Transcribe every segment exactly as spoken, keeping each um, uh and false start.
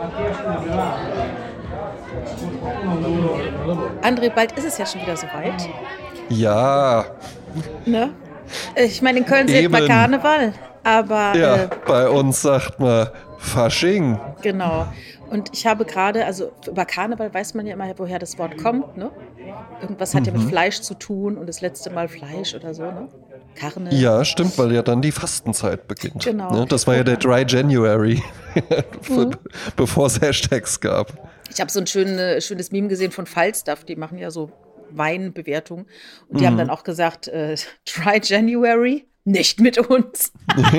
André, bald ist es ja schon wieder soweit. Ja. Ne? Ich meine, in Köln sieht man Karneval, aber... Ja, äh, bei uns sagt man Fasching. Genau. Und ich habe gerade, also über Karneval weiß man ja immer, woher das Wort kommt, ne? Irgendwas hat mhm. ja mit Fleisch zu tun und das letzte Mal Fleisch oder so, ne? Karne. Ja, stimmt, weil ja dann die Fastenzeit beginnt. Genau. Ne? Das war ja der Dry January, mhm. bevor es Hashtags gab. Ich habe so ein schön, schönes Meme gesehen von Falstaff, die machen ja so Weinbewertungen und die mhm. haben dann auch gesagt, äh, Dry January, nicht mit uns.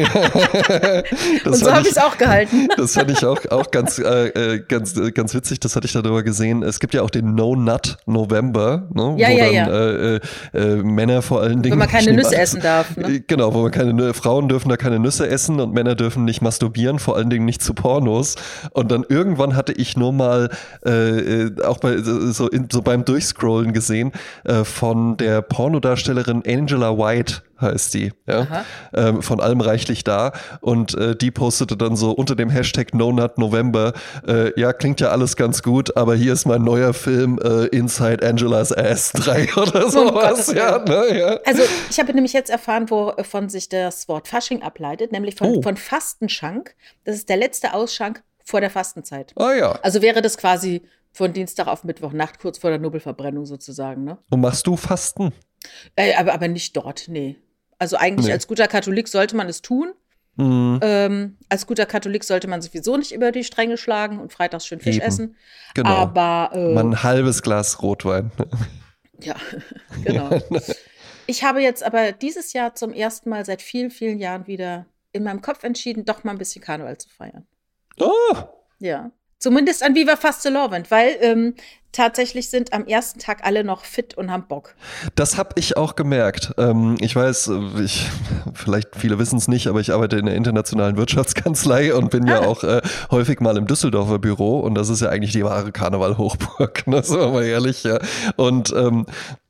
Und so habe ich es auch gehalten. Das fand ich auch, auch ganz, äh, ganz, ganz witzig, das hatte ich darüber gesehen. Es gibt ja auch den No-Nut November, ne? Ja, wo ja, dann ja. Äh, äh, Männer vor allen Dingen... Wo man keine Nüsse essen darf. Ne? Genau, wo man keine Frauen dürfen da keine Nüsse essen und Männer dürfen nicht masturbieren, vor allen Dingen nicht zu Pornos. Und dann irgendwann hatte ich nur mal äh, auch bei so, in, so beim Durchscrollen gesehen äh, von der Pornodarstellerin Angela White, heißt die, ja, ähm, von allem reichlich da und äh, die postete dann so unter dem Hashtag No Nut November, äh, ja, klingt ja alles ganz gut, aber hier ist mein neuer Film äh, Inside Angela's Ass drei oder sowas. Oh, ja, ne, ja. Also ich habe nämlich jetzt erfahren, wovon sich das Wort Fasching ableitet, nämlich von, oh. von Fastenschank. Das ist der letzte Ausschank vor der Fastenzeit. Ah ja. Also wäre das quasi von Dienstag auf Mittwochnacht, kurz vor der Nobelverbrennung sozusagen. Ne? Und machst du Fasten? Äh, aber, aber nicht dort, nee. Also eigentlich nee. Als guter Katholik sollte man es tun. Mhm. Ähm, als guter Katholik sollte man sowieso nicht über die Stränge schlagen und freitags schön Fisch Eben. essen. Genau. Aber äh, mal ein halbes Glas Rotwein. Ja, genau. Ich habe jetzt aber dieses Jahr zum ersten Mal seit vielen, vielen Jahren wieder in meinem Kopf entschieden, doch mal ein bisschen Karneval zu feiern. Oh! Ja. Zumindest an Viva Fastelovend, weil ähm, tatsächlich sind am ersten Tag alle noch fit und haben Bock. Das habe ich auch gemerkt. Ähm, ich weiß, ich, vielleicht viele wissen es nicht, aber ich arbeite in der internationalen Wirtschaftskanzlei und bin ah. ja auch äh, häufig mal im Düsseldorfer Büro und das ist ja eigentlich die wahre Karneval-Hochburg, ne? Sagen wir mal ehrlich, ja. Und ähm,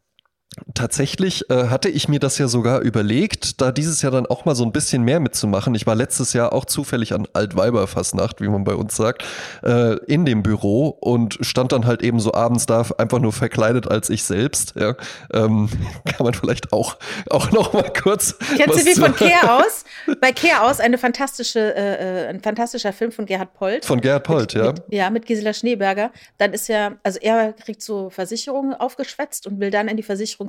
tatsächlich äh, hatte ich mir das ja sogar überlegt, da dieses Jahr dann auch mal so ein bisschen mehr mitzumachen. Ich war letztes Jahr auch zufällig an Altweiberfastnacht, wie man bei uns sagt, äh, in dem Büro und stand dann halt eben so abends da, einfach nur verkleidet als ich selbst. Ja. Ähm, kann man vielleicht auch, auch noch mal kurz... Kennst du die von Kehr-Aus? Bei Kehr-Aus eine fantastische, äh, ein fantastischer Film von Gerhard Polt. Von Gerhard Polt, mit, ja. Mit, ja, mit Gisela Schneeberger. Dann ist ja, also er kriegt so Versicherungen aufgeschwätzt und will dann in die Versicherung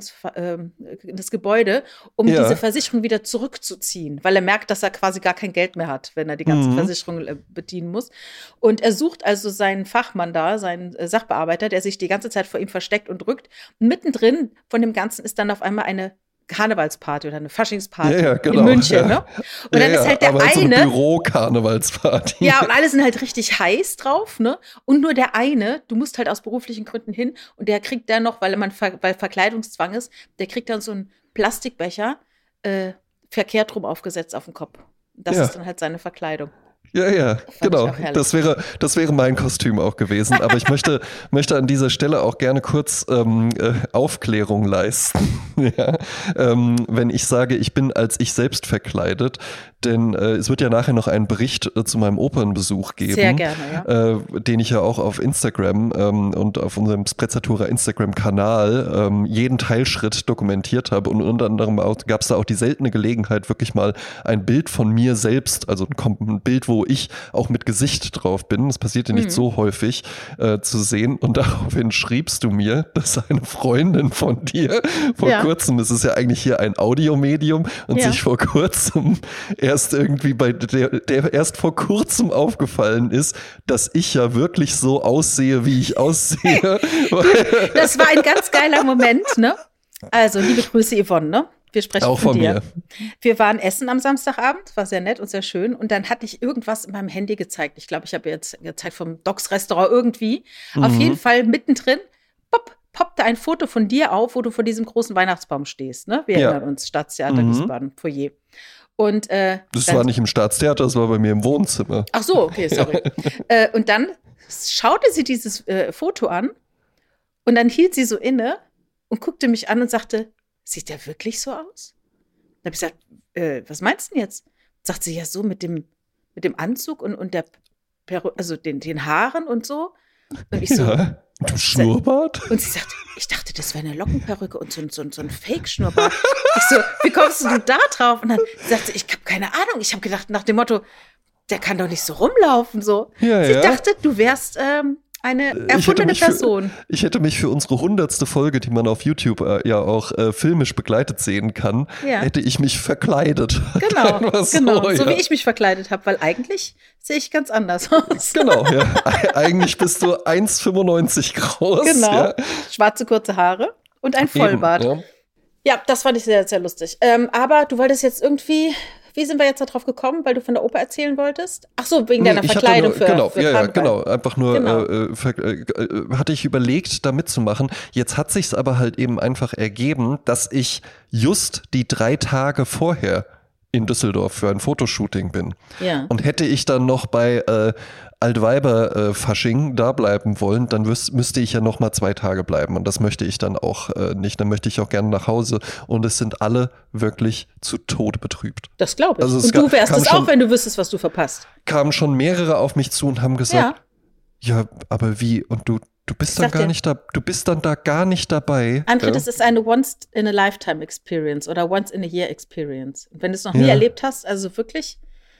das Gebäude, um ja. diese Versicherung wieder zurückzuziehen, weil er merkt, dass er quasi gar kein Geld mehr hat, wenn er die ganze mhm. Versicherung bedienen muss. Und er sucht also seinen Fachmann da, seinen Sachbearbeiter, der sich die ganze Zeit vor ihm versteckt und drückt. Und mittendrin von dem Ganzen ist dann auf einmal eine Karnevalsparty oder eine Faschingsparty ja, ja, genau. in München, ja. ne? Und dann ja, ist halt der aber eine. So eine Büro-Karnevalsparty. Ja, und alle sind halt richtig heiß drauf, ne? Und nur der eine, du musst halt aus beruflichen Gründen hin und der kriegt dann noch, weil man ver- weil Verkleidungszwang ist, der kriegt dann so einen Plastikbecher äh, verkehrt rum aufgesetzt auf den Kopf. Das ja. ist dann halt seine Verkleidung. Ja, ja, genau. Das wäre, das wäre mein Kostüm auch gewesen. Aber ich möchte, möchte an dieser Stelle auch gerne kurz ähm, äh, Aufklärung leisten. ja? ähm, wenn ich sage, ich bin als ich selbst verkleidet, denn äh, es wird ja nachher noch einen Bericht äh, zu meinem Opernbesuch geben. Sehr gerne, ja. Äh, den ich ja auch auf Instagram ähm, und auf unserem Sprezzatura Instagram-Kanal ähm, jeden Teilschritt dokumentiert habe. Und unter anderem gab es da auch die seltene Gelegenheit, wirklich mal ein Bild von mir selbst, also ein, ein Bild, wo ich auch mit Gesicht drauf bin, das passiert ja nicht mhm. so häufig, äh, zu sehen. Und daraufhin schriebst du mir, dass eine Freundin von dir vor ja. kurzem, es ist ja eigentlich hier ein Audiomedium, und ja. sich vor kurzem erst irgendwie bei der, der erst vor kurzem aufgefallen ist, dass ich ja wirklich so aussehe, wie ich aussehe. Das war ein ganz geiler Moment, ne? Also, liebe Grüße, Yvonne, ne? Wir sprechen auch von, von dir. Mir. Wir waren essen am Samstagabend, war sehr nett und sehr schön. Und dann hatte ich irgendwas in meinem Handy gezeigt. Ich glaube, ich habe jetzt gezeigt vom Docks-Restaurant irgendwie. Mhm. Auf jeden Fall mittendrin pop, poppte ein Foto von dir auf, wo du vor diesem großen Weihnachtsbaum stehst. Ne? Wir ja. erinnern uns, Staatstheater mhm. Wiesbaden, Foyer. Und, äh, das war nicht im Staatstheater, das war bei mir im Wohnzimmer. Ach so, okay, sorry. äh, und dann schaute sie dieses äh, Foto an und dann hielt sie so inne und guckte mich an und sagte, sieht der wirklich so aus? Dann habe ich gesagt, äh, was meinst du denn jetzt? Sagt sie, ja so mit dem, mit dem Anzug und, und der Peru- also den, den Haaren und so. Und ich so, ja, du Schnurrbart? Und sie sagt, ich dachte, das wäre eine Lockenperücke und so, so, so ein Fake-Schnurrbart. Ich so, wie kommst du da drauf? Und dann sagt sie, ich habe keine Ahnung. Ich habe gedacht, nach dem Motto, der kann doch nicht so rumlaufen. So. Ja, sie ja. dachte, du wärst ähm, eine erfundene ich Person. Für, ich hätte mich für unsere hundertste Folge, die man auf YouTube äh, ja auch äh, filmisch begleitet sehen kann, ja. hätte ich mich verkleidet. Genau, so, genau. ja. so wie ich mich verkleidet habe, weil eigentlich sehe ich ganz anders aus. Genau, ja. Eigentlich bist du eins Komma fünfundneunzig groß. Genau, ja. schwarze kurze Haare und ein Vollbart. Eben, ja. ja, das fand ich sehr, sehr lustig. Ähm, aber du wolltest jetzt irgendwie... Wie sind wir jetzt darauf gekommen, weil du von der Oper erzählen wolltest? Ach so, wegen deiner nee, Verkleidung nur, für Genau, für ja, ja, genau. Einfach nur genau. Äh, ver, äh, hatte ich überlegt, da mitzumachen. Jetzt hat sich's aber halt eben einfach ergeben, dass ich just die drei Tage vorher in Düsseldorf für ein Fotoshooting bin. Ja. Und hätte ich dann noch bei äh, Altweiber-Fasching äh, da bleiben wollen, dann wüs- müsste ich ja noch mal zwei Tage bleiben. Und das möchte ich dann auch äh, nicht. Dann möchte ich auch gerne nach Hause. Und es sind alle wirklich zu Tode betrübt. Das glaube ich. Also und du wärst es auch, wenn du wüsstest, was du verpasst. Kamen schon mehrere auf mich zu und haben gesagt, ja, ja aber wie? Und du, du bist dann gar dir, nicht da, du bist dann da gar nicht dabei. André, ja. das ist eine Once-in-a-Lifetime-Experience oder Once-in-a-Year-Experience. Und wenn du es noch nie Ja. erlebt hast, also wirklich,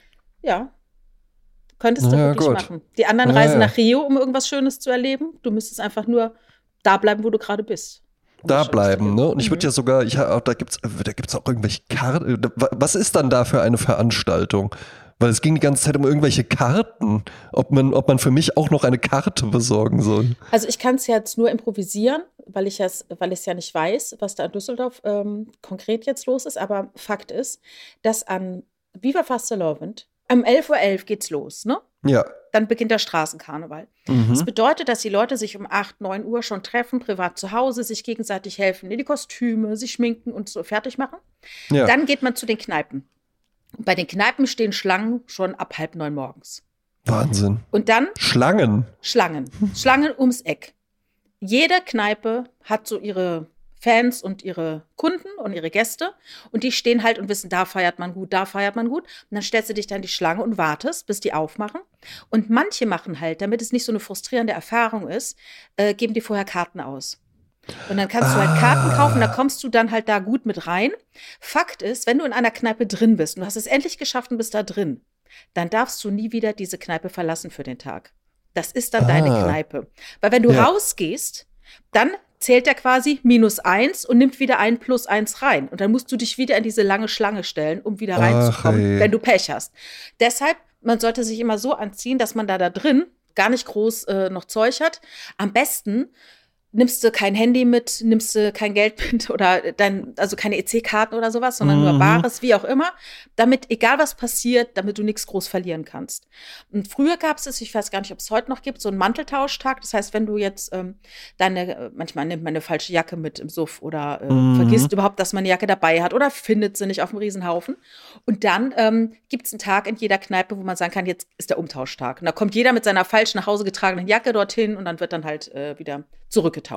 ja, könntest du Na ja, wirklich gut. machen. Die anderen Na reisen ja. nach Rio, um irgendwas Schönes zu erleben. Du müsstest einfach nur da bleiben, wo du gerade bist. Um Da was Schönes zu bleiben, erleben. ne? Und ich Mhm. würde ja sogar, ich, da gibt's, da gibt's auch irgendwelche Karten. Was ist dann da für eine Veranstaltung? Weil es ging die ganze Zeit um irgendwelche Karten, ob man, ob man für mich auch noch eine Karte besorgen soll. Also ich kann es jetzt nur improvisieren, weil ich es weil ich es ja nicht weiß, was da in Düsseldorf ähm, konkret jetzt los ist. Aber Fakt ist, dass an Viva Fastelovend um elf Uhr elf geht's los, ne? Ja. Dann beginnt der Straßenkarneval. Mhm. Das bedeutet, dass die Leute sich um acht, neun Uhr schon treffen, privat zu Hause, sich gegenseitig helfen in die Kostüme, sich schminken und so fertig machen. Ja. Dann geht man zu den Kneipen. Und bei den Kneipen stehen Schlangen schon ab halb neun morgens. Wahnsinn. Und dann Schlangen. Schlangen. Schlangen ums Eck. Jede Kneipe hat so ihre Fans und ihre Kunden und ihre Gäste. Und die stehen halt und wissen, da feiert man gut, da feiert man gut. Und dann stellst du dich da in die Schlange und wartest, bis die aufmachen. Und manche machen halt, damit es nicht so eine frustrierende Erfahrung ist, äh, geben die vorher Karten aus. Und dann kannst du halt Karten kaufen, da kommst du dann halt da gut mit rein. Fakt ist, wenn du in einer Kneipe drin bist und du hast es endlich geschafft und bist da drin, dann darfst du nie wieder diese Kneipe verlassen für den Tag. Das ist dann Ah. deine Kneipe. Weil wenn du Ja. rausgehst, dann zählt er quasi minus eins und nimmt wieder ein plus eins rein. Und dann musst du dich wieder in diese lange Schlange stellen, um wieder reinzukommen, ey. wenn du Pech hast. Deshalb, man sollte sich immer so anziehen, dass man da da drin gar nicht groß äh, noch Zeug hat. Am besten nimmst du kein Handy mit, nimmst du kein Geld mit oder dein, also keine E C-Karten oder sowas, sondern nur Mhm. Bares, wie auch immer, damit, egal was passiert, damit du nichts groß verlieren kannst. Und früher gab es, ich weiß gar nicht, ob es heute noch gibt, so einen Manteltauschtag. Das heißt, wenn du jetzt ähm, deine, manchmal nimmt man eine falsche Jacke mit im Suff oder äh, Mhm. vergisst überhaupt, dass man eine Jacke dabei hat oder findet sie nicht auf dem Riesenhaufen. Und dann ähm, gibt es einen Tag in jeder Kneipe, wo man sagen kann, jetzt ist der Umtauschtag. Und da kommt jeder mit seiner falsch nach Hause getragenen Jacke dorthin und dann wird dann halt äh, wieder zurückgetauscht.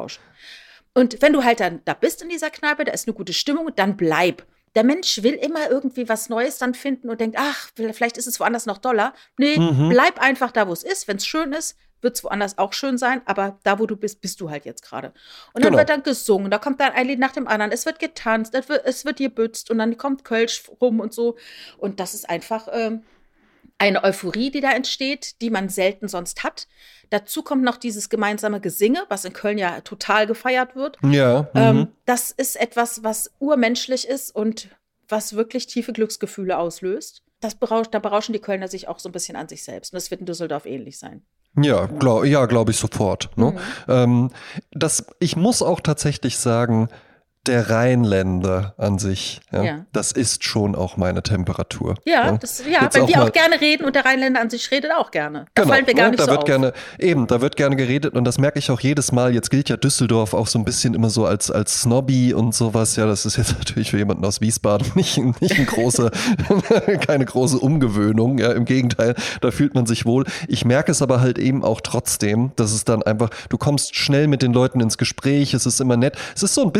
Und wenn du halt dann da bist in dieser Kneipe, da ist eine gute Stimmung, dann bleib. Der Mensch will immer irgendwie was Neues dann finden und denkt, ach, vielleicht ist es woanders noch doller. Nee, Mhm. bleib einfach da, wo es ist. Wenn es schön ist, wird es woanders auch schön sein, aber da, wo du bist, bist du halt jetzt gerade. Und dann Genau. wird dann gesungen, da kommt dann ein Lied nach dem anderen, es wird getanzt, es wird, es wird gebützt und dann kommt Kölsch rum und so. Und das ist einfach ähm, eine Euphorie, die da entsteht, die man selten sonst hat. Dazu kommt noch dieses gemeinsame Gesinge, was in Köln ja total gefeiert wird. Ja. Mhm. Ähm, das ist etwas, was urmenschlich ist und was wirklich tiefe Glücksgefühle auslöst. Das berauscht, da berauschen die Kölner sich auch so ein bisschen an sich selbst. Und das wird in Düsseldorf ähnlich sein. Ja, glaub, ja, glaube ich sofort. Ne? Mhm. Ähm, das, ich muss auch tatsächlich sagen, der Rheinländer an sich, ja, Ja. das ist schon auch meine Temperatur. Ja, ne? das, ja Jetzt weil auch wir mal- auch gerne reden und der Rheinländer an sich redet auch gerne. Da Genau, fallen wir gar ne, nicht da so wird auf. gerne, eben, da wird gerne geredet und das merke ich auch jedes Mal. Jetzt gilt ja Düsseldorf auch so ein bisschen immer so als, als Snobby und sowas. Ja, das ist jetzt natürlich für jemanden aus Wiesbaden nicht, nicht ein große, keine große Umgewöhnung. Ja, im Gegenteil, da fühlt man sich wohl. Ich merke es aber halt eben auch trotzdem, dass es dann einfach, du kommst schnell mit den Leuten ins Gespräch, es ist immer nett. Es ist so ein bisschen eigentlich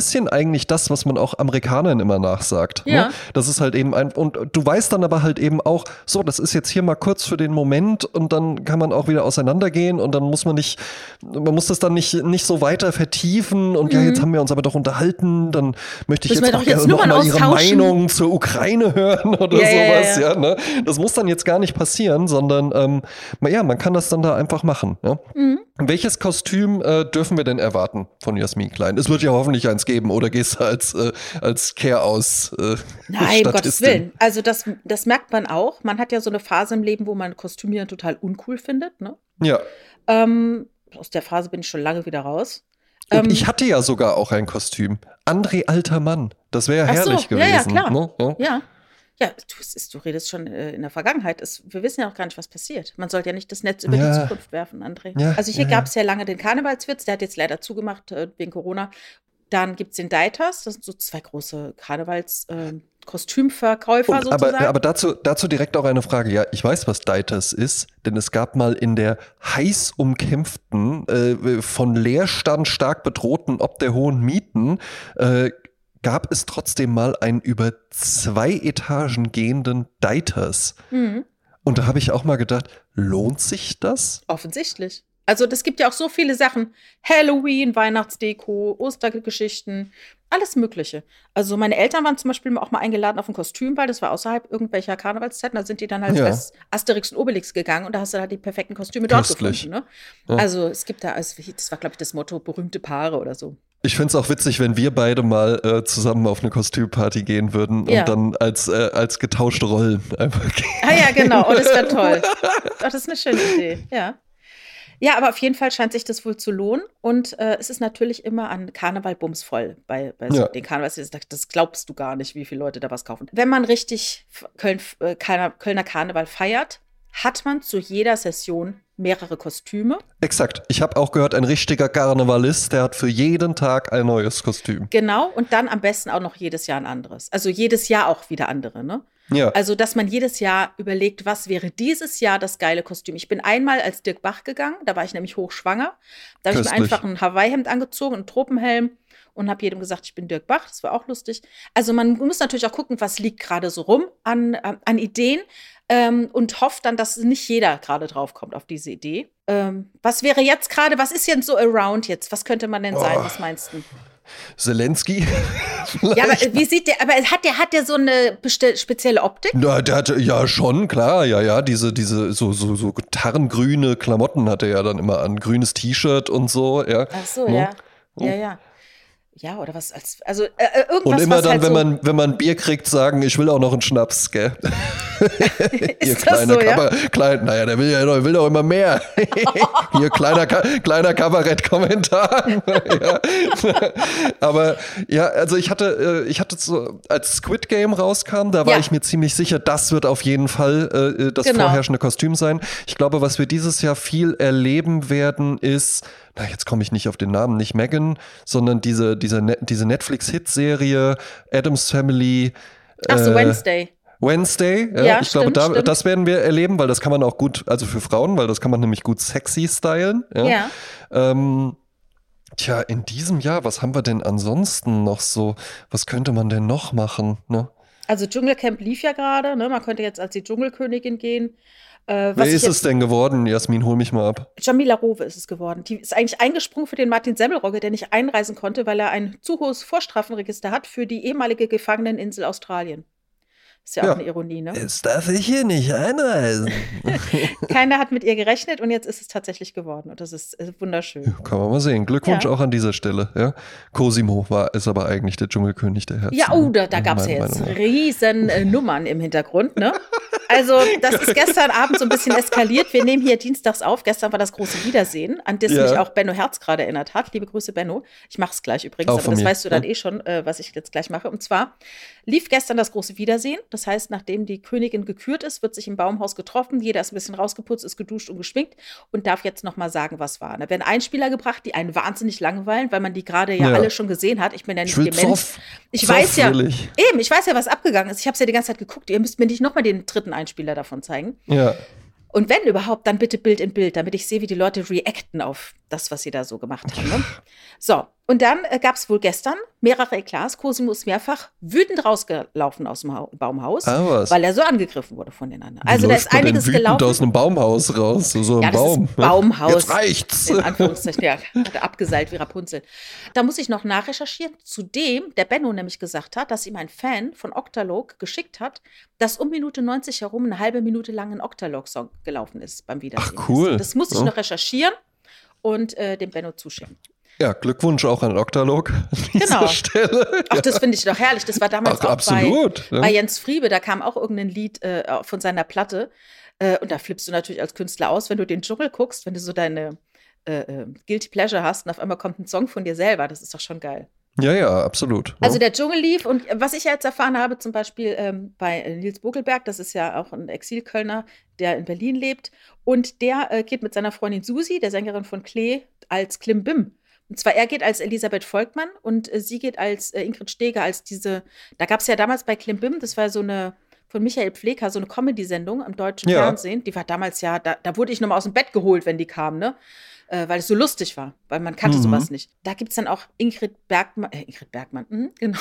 eigentlich das, was man auch Amerikanern immer nachsagt. Ja. Ne? Das ist halt eben ein, und du weißt dann aber halt eben auch, so, das ist jetzt hier mal kurz für den Moment und dann kann man auch wieder auseinandergehen und dann muss man nicht, man muss das dann nicht, nicht so weiter vertiefen und mhm. ja, jetzt haben wir uns aber doch unterhalten, dann möchte ich Müssen jetzt wir auch doch jetzt gerne noch mal Ihre austauschen. Meinung zur Ukraine hören oder ja, sowas, ja, ja. ja, ne? Das muss dann jetzt gar nicht passieren, sondern ähm, ja, man kann das dann da einfach machen. Ja? Mhm. Welches Kostüm äh, dürfen wir denn erwarten von Jasmin Klein? Es wird ja hoffentlich eins geben, oder gehst du als, äh, als Care-Aus äh, Nein, um Gottes Willen. Also das, das merkt man auch. Man hat ja so eine Phase im Leben, wo man Kostümieren total uncool findet. Ne? Ja. Ähm, aus der Phase bin ich schon lange wieder raus. Und ähm, ich hatte ja sogar auch ein Kostüm. André alter Mann. Das wäre ja herrlich so, gewesen. Ja, ja, klar. Ne? Ja. ja. Ja, du, ist, du redest schon äh, in der Vergangenheit. Es, wir wissen ja auch gar nicht, was passiert. Man sollte ja nicht das Netz über ja. die Zukunft werfen, André. Ja, also hier ja, gab es ja lange den Karnevalswitz, der hat jetzt leider zugemacht äh, wegen Corona. Dann gibt es den Deiters, das sind so zwei große Karnevals-Kostümverkäufer äh, sozusagen. Aber, aber dazu, dazu direkt auch eine Frage. Ja, ich weiß, was Deiters ist, denn es gab mal in der heiß umkämpften, äh, von Leerstand stark bedrohten Ob der hohen Mieten, äh, gab es trotzdem mal einen über zwei Etagen gehenden Deiters. Mhm. Und da habe ich auch mal gedacht, lohnt sich das? Offensichtlich. Also das gibt ja auch so viele Sachen. Halloween, Weihnachtsdeko, Ostergeschichten, alles Mögliche. Also meine Eltern waren zum Beispiel auch mal eingeladen auf einen Kostümball. Das war außerhalb irgendwelcher Karnevalszeiten. Da sind die dann halt ja. als Asterix und Obelix gegangen. Und da hast du halt die perfekten Kostüme dort Köstlich. gefunden. Ne? Ja. Also es gibt da, das war glaube ich das Motto, berühmte Paare oder so. Ich finde es auch witzig, wenn wir beide mal äh, zusammen auf eine Kostümparty gehen würden ja. und dann als, äh, als getauschte Rollen einfach gehen. Ah ja, genau. Oh, das wäre toll. Ach, das ist eine schöne Idee, ja. Ja, aber auf jeden Fall scheint sich das wohl zu lohnen. Und äh, es ist natürlich immer an Karneval bumsvoll bei, bei so ja. den Karnevals. Das glaubst du gar nicht, wie viele Leute da was kaufen. Wenn man richtig Köln, äh, Kölner Karneval feiert, hat man zu jeder Session mehrere Kostüme. Exakt. Ich habe auch gehört, ein richtiger Karnevalist, der hat für jeden Tag ein neues Kostüm. Genau. Und dann am besten auch noch jedes Jahr ein anderes. Also jedes Jahr auch wieder andere, ne? Ja. Also, dass man jedes Jahr überlegt, was wäre dieses Jahr das geile Kostüm. Ich bin einmal als Dirk Bach gegangen, da war ich nämlich hochschwanger. Da habe ich mir einfach ein Hawaii-Hemd angezogen, einen Tropenhelm und habe jedem gesagt, ich bin Dirk Bach. Das war auch lustig. Also man muss natürlich auch gucken, was liegt gerade so rum an, an Ideen ähm, und hofft dann, dass nicht jeder gerade drauf kommt auf diese Idee. Ähm, was wäre jetzt gerade, was ist jetzt so around jetzt? Was könnte man denn sein? Oh. Was meinst du? Zelensky? Ja, aber wie sieht der, aber hat der, hat der so eine beste- spezielle Optik? Ja, der hatte, ja schon, klar, ja, ja, diese, diese, so, so, so gitarrengrüne Klamotten hat er ja dann immer an, grünes T-Shirt und so, ja. Ach so, ja, oh. ja, ja. Ja, oder was als, also äh, irgendwas, und immer was dann, halt wenn so man, wenn man Bier kriegt, sagen, ich will auch noch einen Schnaps, gell? Hier ist das so, ja? Klein, naja, der will ja noch, will doch immer mehr. Hier kleiner, kleiner Kabarett-Kommentar. Ja. Aber ja, also ich hatte, ich hatte so, als Squid Game rauskam, da war ja. ich mir ziemlich sicher, das wird auf jeden Fall äh, das genau. vorherrschende Kostüm sein. Ich glaube, was wir dieses Jahr viel erleben werden, ist, na, jetzt komme ich nicht auf den Namen, nicht Megan, sondern diese, diese, Net- diese Netflix-Hit-Serie Addams Family. Ach so, äh, Wednesday. Wednesday, ja, ja ich stimmt, glaube, da, stimmt. das werden wir erleben, weil das kann man auch gut, also für Frauen, weil das kann man nämlich gut sexy stylen. Ja. ja. Ähm, tja, in diesem Jahr, was haben wir denn ansonsten noch so? Was könnte man denn noch machen? Ne? Also Dschungelcamp lief ja gerade, ne? Man könnte jetzt als die Dschungelkönigin gehen. Äh, Wer ist es denn geworden? Jasmin, hol mich mal ab. Jamila Rowe ist es geworden. Die ist eigentlich eingesprungen für den Martin Semmelrogge, der nicht einreisen konnte, weil er ein zu hohes Vorstrafenregister hat für die ehemalige Gefangeneninsel Australien. Ist ja, ja auch eine Ironie, ne? Jetzt darf ich hier nicht einreisen. Keiner hat mit ihr gerechnet und jetzt ist es tatsächlich geworden. Und das ist, ist wunderschön. Ja, kann man mal sehen. Glückwunsch ja. auch an dieser Stelle. Ja? Cosimo war, ist aber eigentlich der Dschungelkönig der Herzen. Ja, oh, da, da gab es ja jetzt riesen äh, Nummern im Hintergrund, ne? Also, das ist gestern Abend so ein bisschen eskaliert. Wir nehmen hier dienstags auf. Gestern war das große Wiedersehen, an das ja. mich auch Benno Herz gerade erinnert hat. Liebe Grüße, Benno. Ich mache es gleich übrigens, auch aber das mir. weißt du dann ja. eh schon, äh, was ich jetzt gleich mache. Und zwar lief gestern das große Wiedersehen. Das heißt, nachdem die Königin gekürt ist, wird sich im Baumhaus getroffen. Jeder ist ein bisschen rausgeputzt, ist geduscht und geschminkt und darf jetzt noch mal sagen, was war. Da werden Einspieler gebracht, die einen wahnsinnig langweilen, weil man die gerade ja, ja alle schon gesehen hat. Ich bin ja nicht ich dement. Zoff. Ich Zoff weiß ja, ich. eben, ich weiß ja, was abgegangen ist. Ich habe es ja die ganze Zeit geguckt. Ihr müsst mir nicht noch mal den dritten Einspieler davon zeigen. Ja. Und wenn überhaupt, dann bitte Bild in Bild, damit ich sehe, wie die Leute reacten auf das, was sie da so gemacht haben. Ne? So, und dann äh, gab es wohl gestern mehrere Eklats. Cosimo ist mehrfach wütend rausgelaufen aus dem ha- Baumhaus, ah, weil er so angegriffen wurde von den anderen. Wie also da läuft ist man denn einiges wütend gelaufen. aus einem Baumhaus raus, so ja, ein das Baum. ist Baumhaus. Jetzt reicht's. In Anführungszeichen, ja, hat er abgeseilt wie Rapunzel. Da muss ich noch nachrecherchieren, zudem der Benno nämlich gesagt hat, dass ihm ein Fan von Octalog geschickt hat, dass um Minute neunzig herum eine halbe Minute lang ein Octalog-Song gelaufen ist beim Wiedersehen. Ach, cool. Das muss ich ja. noch recherchieren und äh, dem Benno zuschicken. Ja, Glückwunsch auch an Octalog an dieser genau. Stelle. Ach, das finde ich doch herrlich. Das war damals Ach, auch absolut, bei, ja. bei Jens Friebe, da kam auch irgendein Lied äh, von seiner Platte. Äh, und da flippst du natürlich als Künstler aus, wenn du den Dschungel guckst, wenn du so deine äh, äh, Guilty Pleasure hast und auf einmal kommt ein Song von dir selber. Das ist doch schon geil. Ja, ja, absolut. Also ja. der Dschungel lief und was ich ja jetzt erfahren habe, zum Beispiel ähm, bei Nils Bokelberg, das ist ja auch ein Exilkölner, der in Berlin lebt und der äh, geht mit seiner Freundin Susi, der Sängerin von Klee, als Klimbim. Und zwar er geht als Elisabeth Volkmann und äh, sie geht als äh, Ingrid Steeger, als diese, da gab es ja damals bei Klimbim, das war so eine von Michael Pfleger, so eine Comedy-Sendung am deutschen ja. Fernsehen, die war damals ja, da, da wurde ich nochmal aus dem Bett geholt, wenn die kam, ne? Äh, weil es so lustig war, weil man kannte mhm. sowas nicht. Da gibt es dann auch Ingrid Bergmann, äh, Ingrid Bergmann, mhm, genau.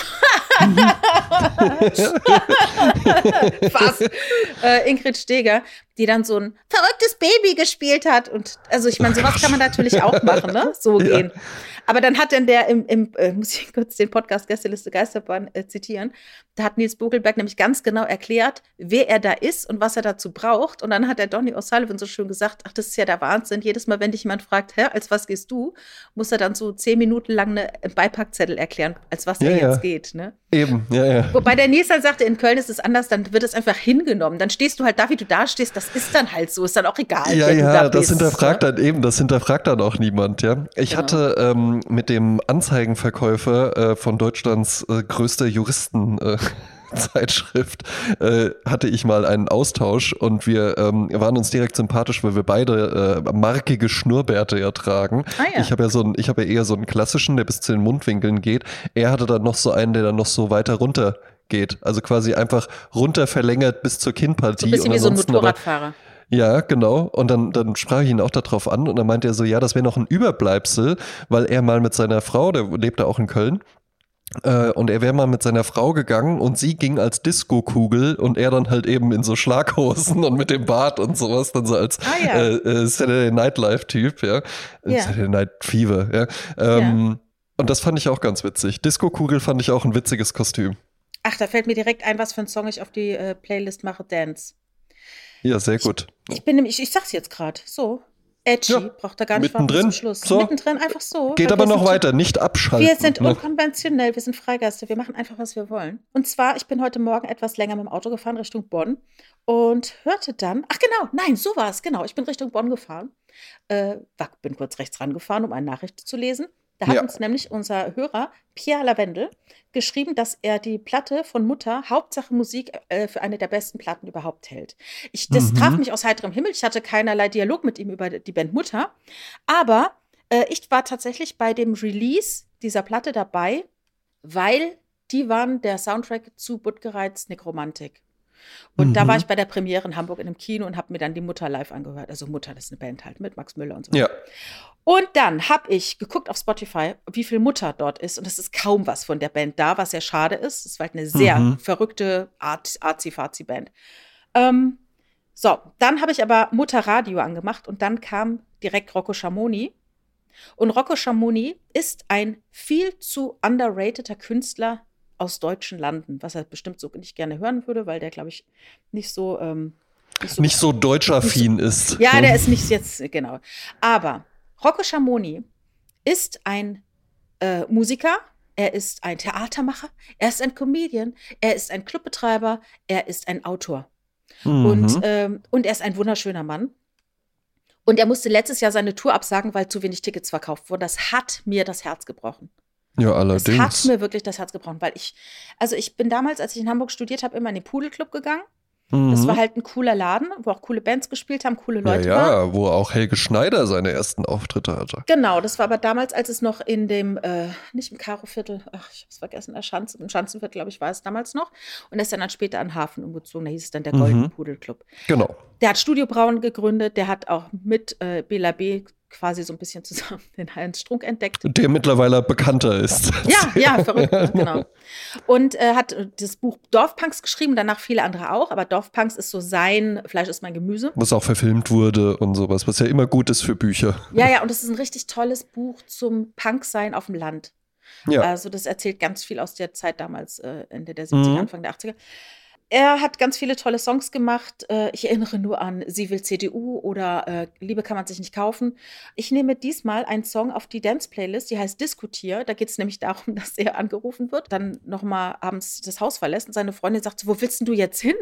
Fast. Äh, Ingrid Steeger, die dann so ein verrücktes Baby gespielt hat. Und also ich meine, sowas kann man natürlich auch machen, ne? So ja. gehen. Aber dann hat dann der im, im äh, muss ich kurz den Podcast Gästeliste Geisterbahn äh, zitieren, da hat Nils Bokelberg nämlich ganz genau erklärt, wer er da ist und was er dazu braucht. Und dann hat der Donny O'Sullivan so schön gesagt, ach, das ist ja der Wahnsinn. Jedes Mal, wenn dich jemand fragt, hä, als was gehst du, muss er dann so zehn Minuten lang eine Beipackzettel erklären, als was ja, er ja. jetzt geht, ne? Eben, ja, ja. Wobei der Nils dann sagte, in Köln ist es anders, dann wird es einfach hingenommen. Dann stehst du halt da, wie du da stehst, das ist dann halt so, ist dann auch egal. Ja, wer ja, du da das bist, hinterfragt ne? dann eben, das hinterfragt dann auch niemand, ja. Ich Genau. hatte ähm, mit dem Anzeigenverkäufer äh, von Deutschlands äh, größter Juristen äh, Zeitschrift äh, hatte ich mal einen Austausch und wir ähm, waren uns direkt sympathisch, weil wir beide äh, markige Schnurrbärte ja tragen. Ah, ja. Ich habe ja so einen, ich habe ja eher so einen klassischen, der bis zu den Mundwinkeln geht. Er hatte dann noch so einen, der dann noch so weiter runter geht. Also quasi einfach runter verlängert bis zur Kinnpartie. So ein bisschen und wie so ein ansonsten aber Motorradfahrer. ja, genau. Und dann, dann sprach ich ihn auch darauf an und dann meinte er so, ja, das wäre noch ein Überbleibsel, weil er mal mit seiner Frau, der lebt da auch in Köln, äh, und er wäre mal mit seiner Frau gegangen und sie ging als Disco-Kugel und er dann halt eben in so Schlaghosen und mit dem Bart und sowas, dann so als Ah, ja. äh, äh, Saturday Night Live-Typ, ja. Ja. Saturday Night Fever, ja. Ähm, ja. Und das fand ich auch ganz witzig. Disco-Kugel fand ich auch ein witziges Kostüm. Ach, da fällt mir direkt ein, was für ein Song ich auf die äh, Playlist mache, Dance. Ja, sehr gut. Ich, ich bin nämlich, ich, ich sag's jetzt gerade, so. Edgy, Ja, braucht er gar nicht mittendrin, warten bis zum Schluss. so. Mittendrin einfach so. Geht weil aber wir noch sind- weiter, nicht abschalten. Wir sind ne? unkonventionell, wir sind Freigeister, wir machen einfach, was wir wollen. Und zwar, ich bin heute Morgen etwas länger mit dem Auto gefahren Richtung Bonn und hörte dann, ach genau, nein, so war es, genau, ich bin Richtung Bonn gefahren, äh, war, bin kurz rechts rangefahren, um eine Nachricht zu lesen. Da hat Ja. uns nämlich unser Hörer Pierre Lavendel geschrieben, dass er die Platte von Mutter, Hauptsache Musik, äh, für eine der besten Platten überhaupt hält. Ich, das Mhm. traf mich aus heiterem Himmel. Ich hatte keinerlei Dialog mit ihm über die Band Mutter. Aber äh, ich war tatsächlich bei dem Release dieser Platte dabei, weil die waren der Soundtrack zu Buttgereits Nekromantik. Und Mhm. da war ich bei der Premiere in Hamburg in einem Kino und habe mir dann die Mutter live angehört. Also Mutter, das ist eine Band halt mit Max Müller und so. Ja. Und dann habe ich geguckt auf Spotify, wie viel Mutter dort ist. Und es ist kaum was von der Band da, was sehr schade ist. Es war halt eine sehr Mhm. verrückte Art- Arzi-Fazi-Band. Ähm, so, dann habe ich aber Mutter Radio angemacht und dann kam direkt Rocco Schamoni. Und Rocco Schamoni ist ein viel zu underrateder Künstler aus deutschen Landen, was er bestimmt so nicht gerne hören würde, weil der, glaube ich, nicht so, ähm, nicht so Nicht so deutschaffin ist. ja, der ist nicht jetzt, genau. Aber Rocco Schamoni ist ein äh, Musiker, er ist ein Theatermacher, er ist ein Comedian, er ist ein Clubbetreiber, er ist ein Autor. Mhm. Und, ähm, und er ist ein wunderschöner Mann. Und er musste letztes Jahr seine Tour absagen, weil zu wenig Tickets verkauft wurden. Das hat mir das Herz gebrochen. Ja, Das hat allerdings. mir wirklich das Herz gebrochen, weil ich, also ich bin damals, als ich in Hamburg studiert habe, immer in den Pudelclub gegangen. Das Mhm. war halt ein cooler Laden, wo auch coole Bands gespielt haben, coole Ja, Leute waren. ja, wo auch Helge Schneider seine ersten Auftritte hatte. Genau, das war aber damals, als es noch in dem, äh, nicht im Karo-Viertel, ach, ich hab's vergessen, der Schanz, im Schanzenviertel, glaube ich, war es damals noch. Und er ist dann, dann später an den Hafen umgezogen, da hieß es dann der Goldene Mhm. Pudel Club. Genau. Der hat Studio Braun gegründet, der hat auch mit äh, Bela B. quasi so ein bisschen zusammen den Heinz Strunk entdeckt. Der mittlerweile bekannter ist. Ja, ja, verrückt, ne? Genau. Und äh, hat das Buch Dorfpunks geschrieben, danach viele andere auch, aber Dorfpunks ist so sein Fleisch ist mein Gemüse. Was auch verfilmt wurde und sowas, was ja immer gut ist für Bücher. Ja, ja, und es ist ein richtig tolles Buch zum Punksein auf dem Land. Ja. Also das erzählt ganz viel aus der Zeit damals, äh, Ende der siebziger, mhm. Anfang der achtziger. Er hat ganz viele tolle Songs gemacht. Ich erinnere nur an Sie will C D U oder äh, Liebe kann man sich nicht kaufen. Ich nehme diesmal einen Song auf die Dance-Playlist, die heißt Diskutier. Da geht es nämlich darum, dass er angerufen wird, dann nochmal abends das Haus verlässt und seine Freundin sagt, wo willst denn du jetzt hin?